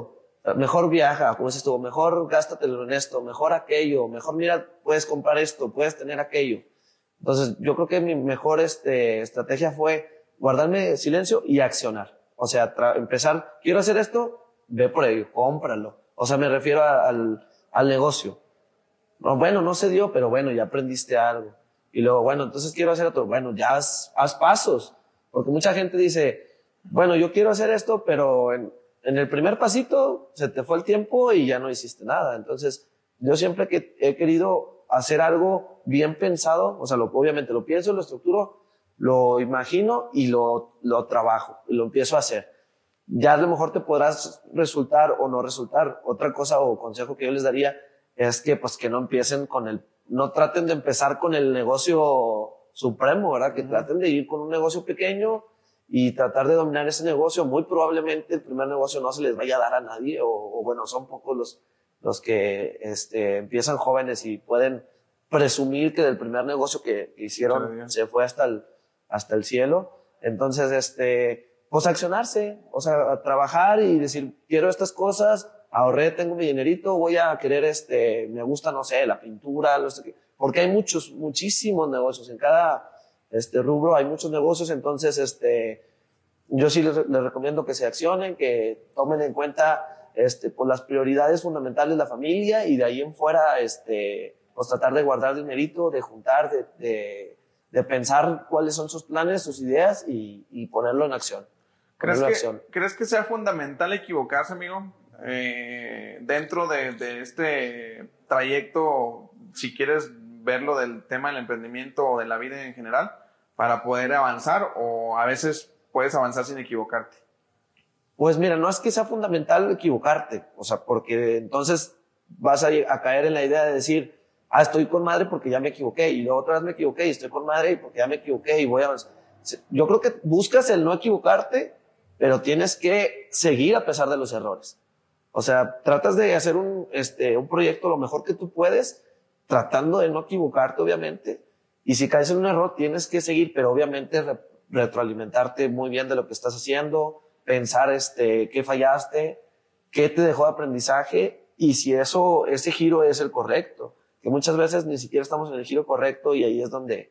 mejor viaja, como dices tú, mejor gástatelo en esto, mejor aquello, mejor mira, puedes comprar esto, puedes tener aquello. Entonces, yo creo que mi mejor estrategia fue guardarme silencio y accionar. O sea, empezar, quiero hacer esto, ve por ello, cómpralo. O sea, me refiero al negocio. No, bueno, no se dio, pero bueno, ya aprendiste algo. Y luego, bueno, entonces quiero hacer otro. Bueno, ya haz pasos. Porque mucha gente dice, bueno, yo quiero hacer esto, pero en el primer pasito se te fue el tiempo y ya no hiciste nada. Entonces, yo siempre que he querido hacer algo bien pensado, o sea, obviamente lo pienso, lo estructuro, lo imagino y lo trabajo y lo empiezo a hacer. Ya a lo mejor te podrás resultar o no resultar. Otra cosa o consejo que yo les daría es que pues que no empiecen no traten de empezar con el negocio supremo, ¿verdad? Que traten de ir con un negocio pequeño y tratar de dominar ese negocio. Muy probablemente el primer negocio no se les vaya a dar a nadie o bueno, son pocos los que empiezan jóvenes y pueden presumir que del primer negocio que hicieron se fue hasta el cielo. Entonces, pues accionarse, o sea, a trabajar y decir, quiero estas cosas, ahorré, tengo mi dinerito, voy a querer, me gusta, no sé, la pintura, porque hay muchísimos negocios, en cada rubro hay muchos negocios, entonces, yo sí les recomiendo que se accionen, que tomen en cuenta, pues las prioridades fundamentales de la familia y de ahí en fuera, pues tratar de guardar dinerito, de juntar, de pensar cuáles son sus planes, sus ideas y ponerlo en acción. ¿Crees que sea fundamental equivocarse, amigo? Dentro de este trayecto, si quieres verlo del tema del emprendimiento o de la vida en general, para poder avanzar, o a veces puedes avanzar sin equivocarte. Pues mira, no es que sea fundamental equivocarte, o sea, porque entonces vas a caer en la idea de decir, estoy con madre porque ya me equivoqué, y luego otra vez me equivoqué y estoy con madre porque ya me equivoqué y voy a avanzar. Yo creo que buscas el no equivocarte, pero tienes que seguir a pesar de los errores. O sea, tratas de hacer un proyecto lo mejor que tú puedes, tratando de no equivocarte, obviamente. Y si caes en un error, tienes que seguir, pero obviamente retroalimentarte muy bien de lo que estás haciendo, pensar qué fallaste, qué te dejó de aprendizaje y si ese giro es el correcto. Que muchas veces ni siquiera estamos en el giro correcto y ahí es donde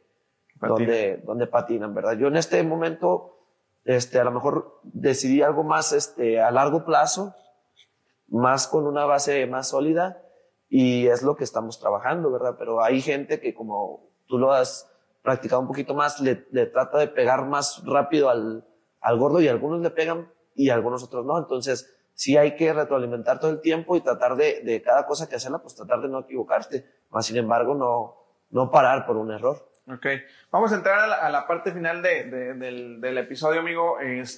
patinan, ¿verdad? Yo en este momento, a lo mejor decidí algo más, a largo plazo, más con una base más sólida y es lo que estamos trabajando, ¿verdad? Pero hay gente que como tú lo has practicado un poquito más, le trata de pegar más rápido al gordo y algunos le pegan y algunos otros no. Entonces, sí hay que retroalimentar todo el tiempo y tratar de cada cosa que hacerla, pues tratar de no equivocarte. Más sin embargo, no parar por un error. Ok. Vamos a entrar a la parte final del episodio, amigo.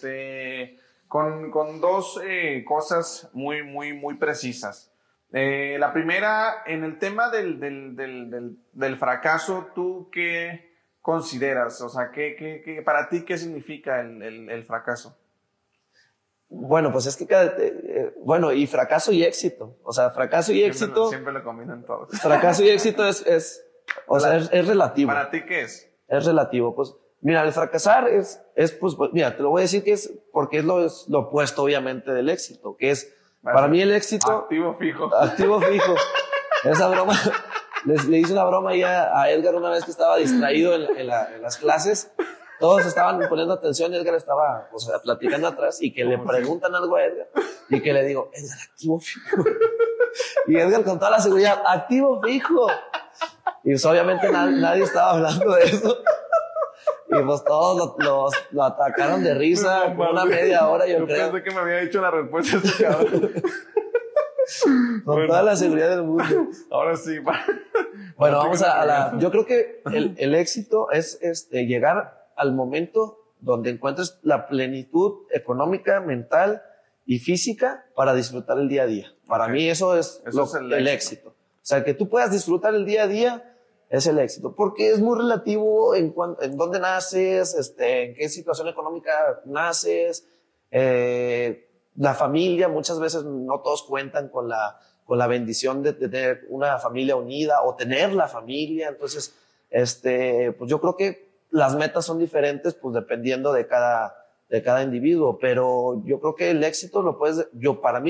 Con dos cosas muy precisas. La primera, en el tema del fracaso, ¿tú qué consideras? O sea, para ti, ¿qué significa el fracaso? Bueno, pues es que y fracaso y éxito. O sea, fracaso y éxito. Siempre lo combinan todos. Fracaso y éxito es relativo. ¿Para ti qué es? Es relativo. Pues, mira, el fracasar pues, mira, te lo voy a decir que es porque es lo opuesto, obviamente, del éxito, que es, para mí el éxito. Activo fijo. Activo fijo. Esa broma, le hice una broma ahí a Edgar una vez que estaba distraído en las clases. Todos estaban poniendo atención y Edgar estaba, o sea, platicando atrás y que le preguntan algo a Edgar y que le digo, Edgar, activo fijo. Y Edgar con toda la seguridad, activo fijo. Y pues obviamente nadie estaba hablando de eso. Y pues todos lo atacaron de risa por una media hora, yo creo. Pensé que me había dicho la respuesta ese cabrón. Con toda la seguridad del mundo. Ahora sí. Bueno, vamos yo creo que el éxito es llegar al momento donde encuentres la plenitud económica, mental y física para disfrutar el día a día. Para mí eso es el éxito. O sea, que tú puedas disfrutar el día a día es el éxito, porque es muy relativo en dónde naces, en qué situación económica naces, la familia, muchas veces no todos cuentan con la bendición de tener una familia unida o tener la familia. Entonces, pues yo creo que las metas son diferentes, pues dependiendo de cada individuo, pero yo creo que el éxito para mí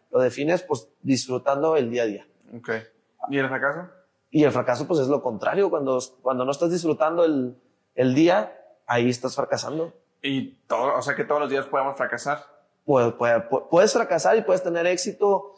lo defines pues disfrutando el día a día. Ok. ¿Y el fracaso? Y el fracaso pues es lo contrario, cuando no estás disfrutando el día, ahí estás fracasando. Y todo, o sea que todos los días podemos fracasar. Puedes fracasar y puedes tener éxito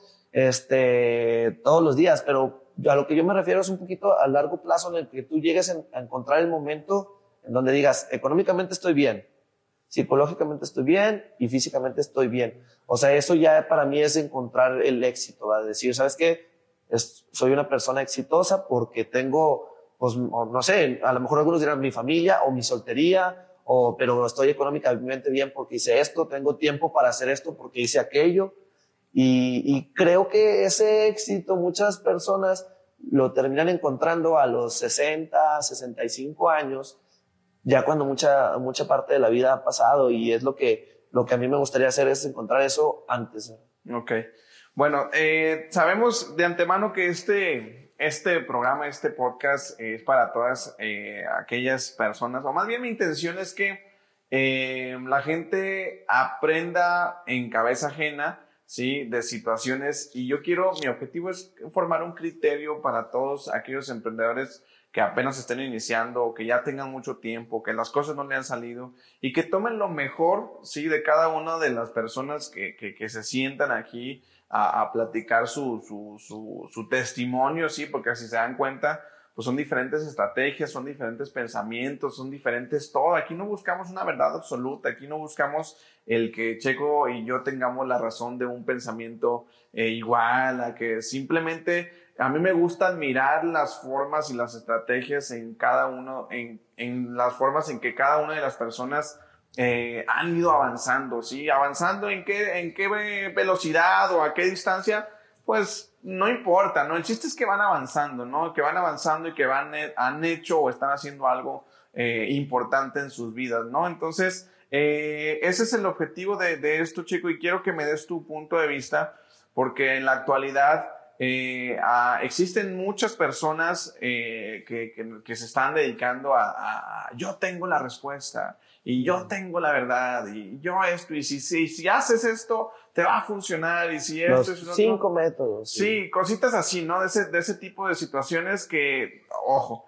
todos los días, pero a lo que yo me refiero es un poquito a largo plazo en el que tú llegues a encontrar el momento en donde digas, económicamente estoy bien, psicológicamente estoy bien y físicamente estoy bien. O sea, eso ya para mí es encontrar el éxito, ¿va? Decir, ¿sabes qué? Soy una persona exitosa porque tengo, pues, no sé, a lo mejor algunos dirán mi familia o mi soltería, pero estoy económicamente bien porque hice esto, tengo tiempo para hacer esto porque hice aquello. Y creo que ese éxito muchas personas lo terminan encontrando a los 60, 65 años, ya cuando mucha parte de la vida ha pasado, y es lo que a mí me gustaría hacer es encontrar eso antes. Ok. Bueno, sabemos de antemano que este programa, este podcast es para todas aquellas personas, o más bien mi intención es que la gente aprenda en cabeza ajena, ¿sí? De situaciones, y mi objetivo es formar un criterio para todos aquellos emprendedores que apenas estén iniciando, o que ya tengan mucho tiempo, que las cosas no le han salido, y que tomen lo mejor, ¿sí? De cada una de las personas que se sientan aquí a platicar su testimonio, ¿sí? Porque así se dan cuenta, pues son diferentes estrategias, son diferentes pensamientos, son diferentes todo. Aquí no buscamos una verdad absoluta, aquí no buscamos el que Checo y yo tengamos la razón de un pensamiento igual, a que simplemente a mí me gusta admirar las formas y las estrategias en cada uno, en las formas en que cada una de las personas han ido avanzando, ¿sí? Avanzando en qué velocidad o a qué distancia, pues no importa, ¿no? El chiste es que van avanzando, ¿no? Que van avanzando y que han hecho o están haciendo algo importante en sus vidas, ¿no? Entonces, ese es el objetivo de esto, chico, y quiero que me des tu punto de vista, porque en la actualidad existen muchas personas que se están dedicando a yo tengo la respuesta, y yo tengo la verdad, y yo esto, y si haces esto, te va a funcionar, y si esto es Los 5 métodos. Sí, cositas así, ¿no? De ese tipo de situaciones que, ojo,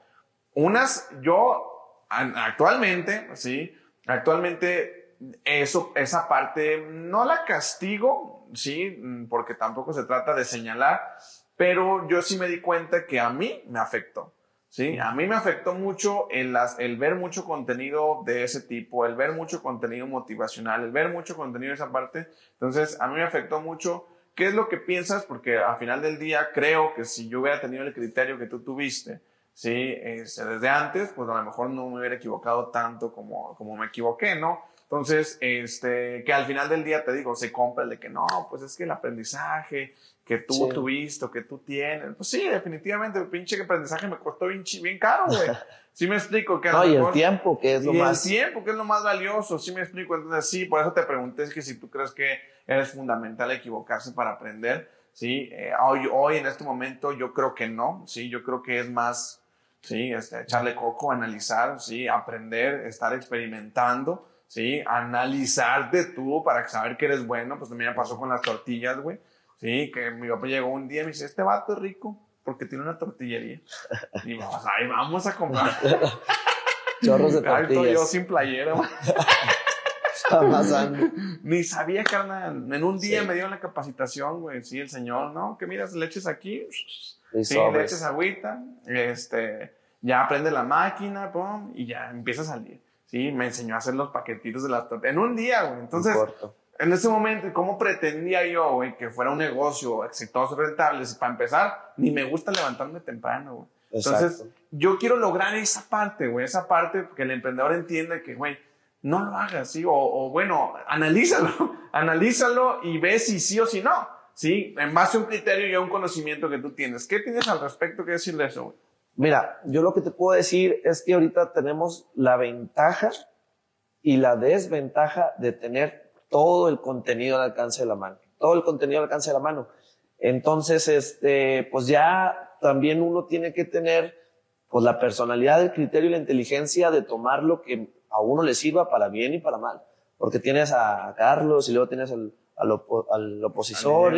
yo actualmente, ¿sí? Actualmente esa parte no la castigo, ¿sí? Porque tampoco se trata de señalar, pero yo sí me di cuenta que a mí me afectó. Sí, a mí me afectó mucho el ver mucho contenido de ese tipo, el ver mucho contenido motivacional, el ver mucho contenido de esa parte. Entonces, a mí me afectó mucho. ¿Qué es lo que piensas? Porque al final del día creo que si yo hubiera tenido el criterio que tú tuviste, sí, desde antes, pues a lo mejor no me hubiera equivocado tanto como me equivoqué, ¿no? Entonces, que al final del día te digo, se compra el de que no, pues es que el aprendizaje que tú tuviste o que tú tienes, pues sí, definitivamente el pinche aprendizaje me costó bien caro, güey. Sí me explico. Que no, y el tiempo, que es lo más... el tiempo, que es lo más valioso, sí me explico. Entonces sí, por eso te pregunté, es que si tú crees que es fundamental equivocarse para aprender, sí, hoy en este momento yo creo que no, sí, yo creo que es más, sí, echarle coco, analizar, sí, aprender, estar experimentando, sí, analizarte tú para saber que eres bueno. Pues también me pasó con las tortillas, güey. Sí, que mi papá llegó un día y me dice, este vato es rico porque tiene una tortillería. Y vamos, ahí vamos a comprar. Chorros de tortillas. Estoy yo sin playera. Está pasando. Ni sabía, carnal. En un día me dio la capacitación, güey. Sí, el señor, ¿no? Que miras, le eches aquí. Sí, le eches agüita. Ya prende la máquina, pum, y ya empieza a salir. Sí, me enseñó a hacer los paquetitos de las tortillas. En un día, güey. Entonces... En ese momento, ¿cómo pretendía yo, güey, que fuera un negocio exitoso, rentable? Para empezar, ni me gusta levantarme temprano, güey. Entonces, yo quiero lograr esa parte, güey, esa parte que el emprendedor entienda que, güey, no lo hagas, ¿sí? O bueno, analízalo y ve si sí o si no, ¿sí? En base a un criterio y a un conocimiento que tú tienes. ¿Qué tienes al respecto que decir de eso, güey? Mira, yo lo que te puedo decir es que ahorita tenemos la ventaja y la desventaja de tener todo el contenido al alcance de la mano. Todo el contenido al alcance de la mano. Entonces, pues ya también uno tiene que tener pues la personalidad, el criterio y la inteligencia de tomar lo que a uno le sirva para bien y para mal. Porque tienes a Carlos y luego tienes al opositor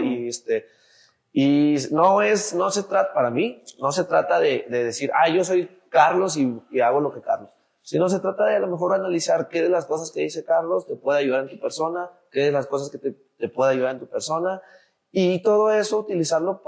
y no se trata, para mí, no se trata de decir, yo soy Carlos y hago lo que Carlos. Sino se trata de a lo mejor analizar qué de las cosas que dice Carlos te puede ayudar en tu persona, qué de las cosas que te puede ayudar en tu persona, y todo eso utilizarlo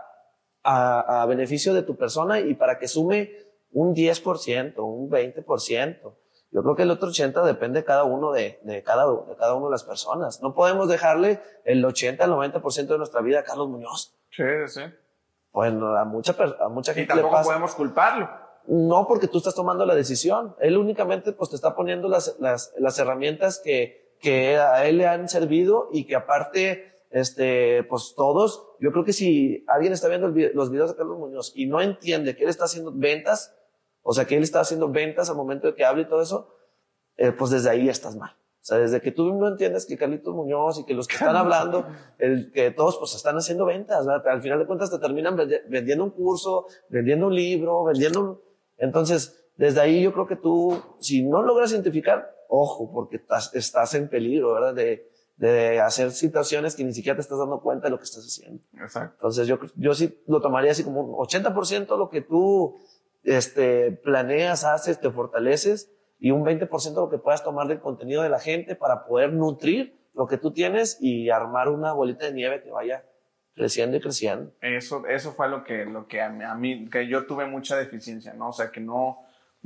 a beneficio de tu persona y para que sume un 10%, un 20%. Yo creo que el otro 80% depende de cada uno de cada uno de las personas. No podemos dejarle el 80 al 90% de nuestra vida a Carlos Muñoz. Sí, sí. Bueno, a mucha gente y tampoco le pasa. Podemos culparlo. No, porque tú estás tomando la decisión. Él únicamente pues te está poniendo las herramientas que a él le han servido y que aparte, pues todos, yo creo que si alguien está viendo los videos de Carlos Muñoz y no entiende que él está haciendo ventas, o sea, que él está haciendo ventas al momento de que hable y todo eso, pues desde ahí estás mal. O sea, desde que tú no entiendes que Carlitos Muñoz y que los que están hablando, que todos pues están haciendo ventas, ¿verdad? Al final de cuentas te terminan vendiendo un curso, vendiendo un libro, Entonces, desde ahí yo creo que tú, si no logras identificar, ojo, porque estás en peligro, ¿verdad? De hacer situaciones que ni siquiera te estás dando cuenta de lo que estás haciendo. Exacto. Entonces, yo sí lo tomaría así como un 80% lo que tú, planeas, haces, te fortaleces, y un 20% lo que puedas tomar del contenido de la gente para poder nutrir lo que tú tienes y armar una bolita de nieve que vaya creciendo y creciendo. Eso fue lo que a mí, que yo tuve mucha deficiencia, ¿no? O sea, que no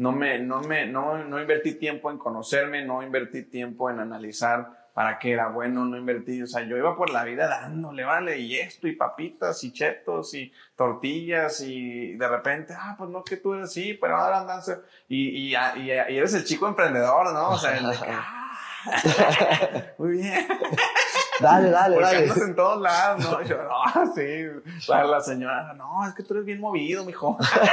invertí tiempo en conocerme, no invertí tiempo en analizar para qué era bueno, no invertí, o sea, yo iba por la vida dándole, vale, y esto, y papitas, y chetos, y tortillas, y de repente, pues no, que tú eres, sí, pero ahora andas, y eres el chico emprendedor, ¿no? O sea, el de que, muy bien. Dale. Porque andas en todos lados, ¿no? Y yo, sí. La señora, no, es que tú eres bien movido, mijo.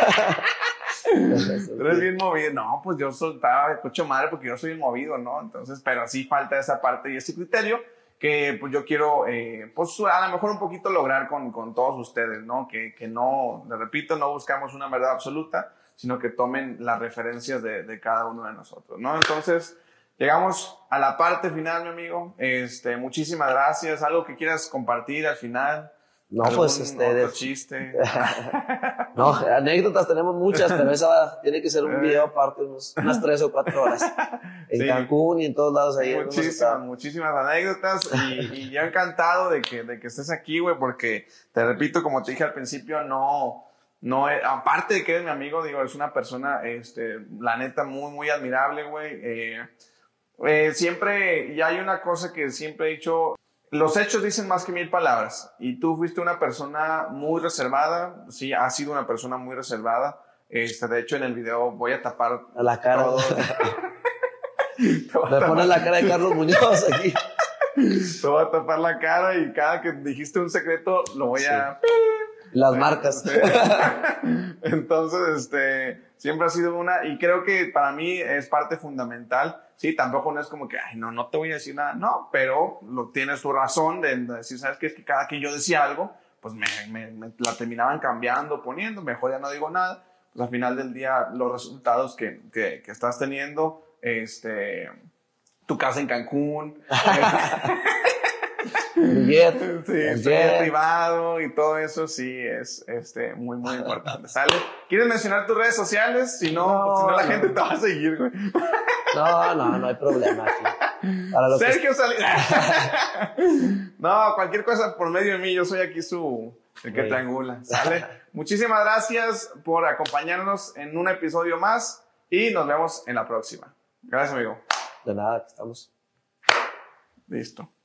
Tú eres bien movido. No, pues yo soltaba de coche madre porque yo soy bien movido, ¿no? Entonces, pero sí falta esa parte y ese criterio que pues yo quiero, pues a lo mejor un poquito lograr con todos ustedes, ¿no? Que no, le repito, no buscamos una verdad absoluta, sino que tomen las referencias de cada uno de nosotros, ¿no? Entonces, llegamos a la parte final, mi amigo. Muchísimas gracias. ¿Algo que quieras compartir al final? No, pues otro chiste. No, anécdotas tenemos muchas, pero esa tiene que ser un video aparte, unas 3 o 4 horas. En Cancún y en todos lados ahí. Muchísimas anécdotas y yo encantado de que estés aquí, güey, porque te repito, como te dije al principio, no, aparte de que eres mi amigo, digo, es una persona, la neta, muy, muy admirable, güey. Siempre, y hay una cosa que siempre he dicho, los hechos dicen más que 1000 palabras, y tú fuiste una persona muy reservada, sí, has sido una persona muy reservada. De hecho, en el video voy a tapar la cara. Todo. Me pones la cara de Carlos Muñoz aquí. Te voy a tapar la cara y cada que dijiste un secreto lo voy a... Las marcas. Entonces, siempre ha sido y creo que para mí es parte fundamental. Sí, tampoco no es como que, no te voy a decir nada. No, pero tienes tu razón de decir, ¿sabes qué? Es que cada que yo decía algo, pues me la terminaban cambiando, poniendo, mejor ya no digo nada. Pues al final del día, los resultados que estás teniendo, tu casa en Cancún, el jet privado y todo eso sí es muy, muy importante. ¿Sale? ¿Quieres mencionar tus redes sociales? Si no, la gente te va a seguir, güey. No hay problema aquí. Sergio Salinas. No, cualquier cosa por medio de mí, yo soy aquí el que triangula. ¿Sale? Muchísimas gracias por acompañarnos en un episodio más y nos vemos en la próxima. Gracias, amigo. De nada, que estamos. Listo.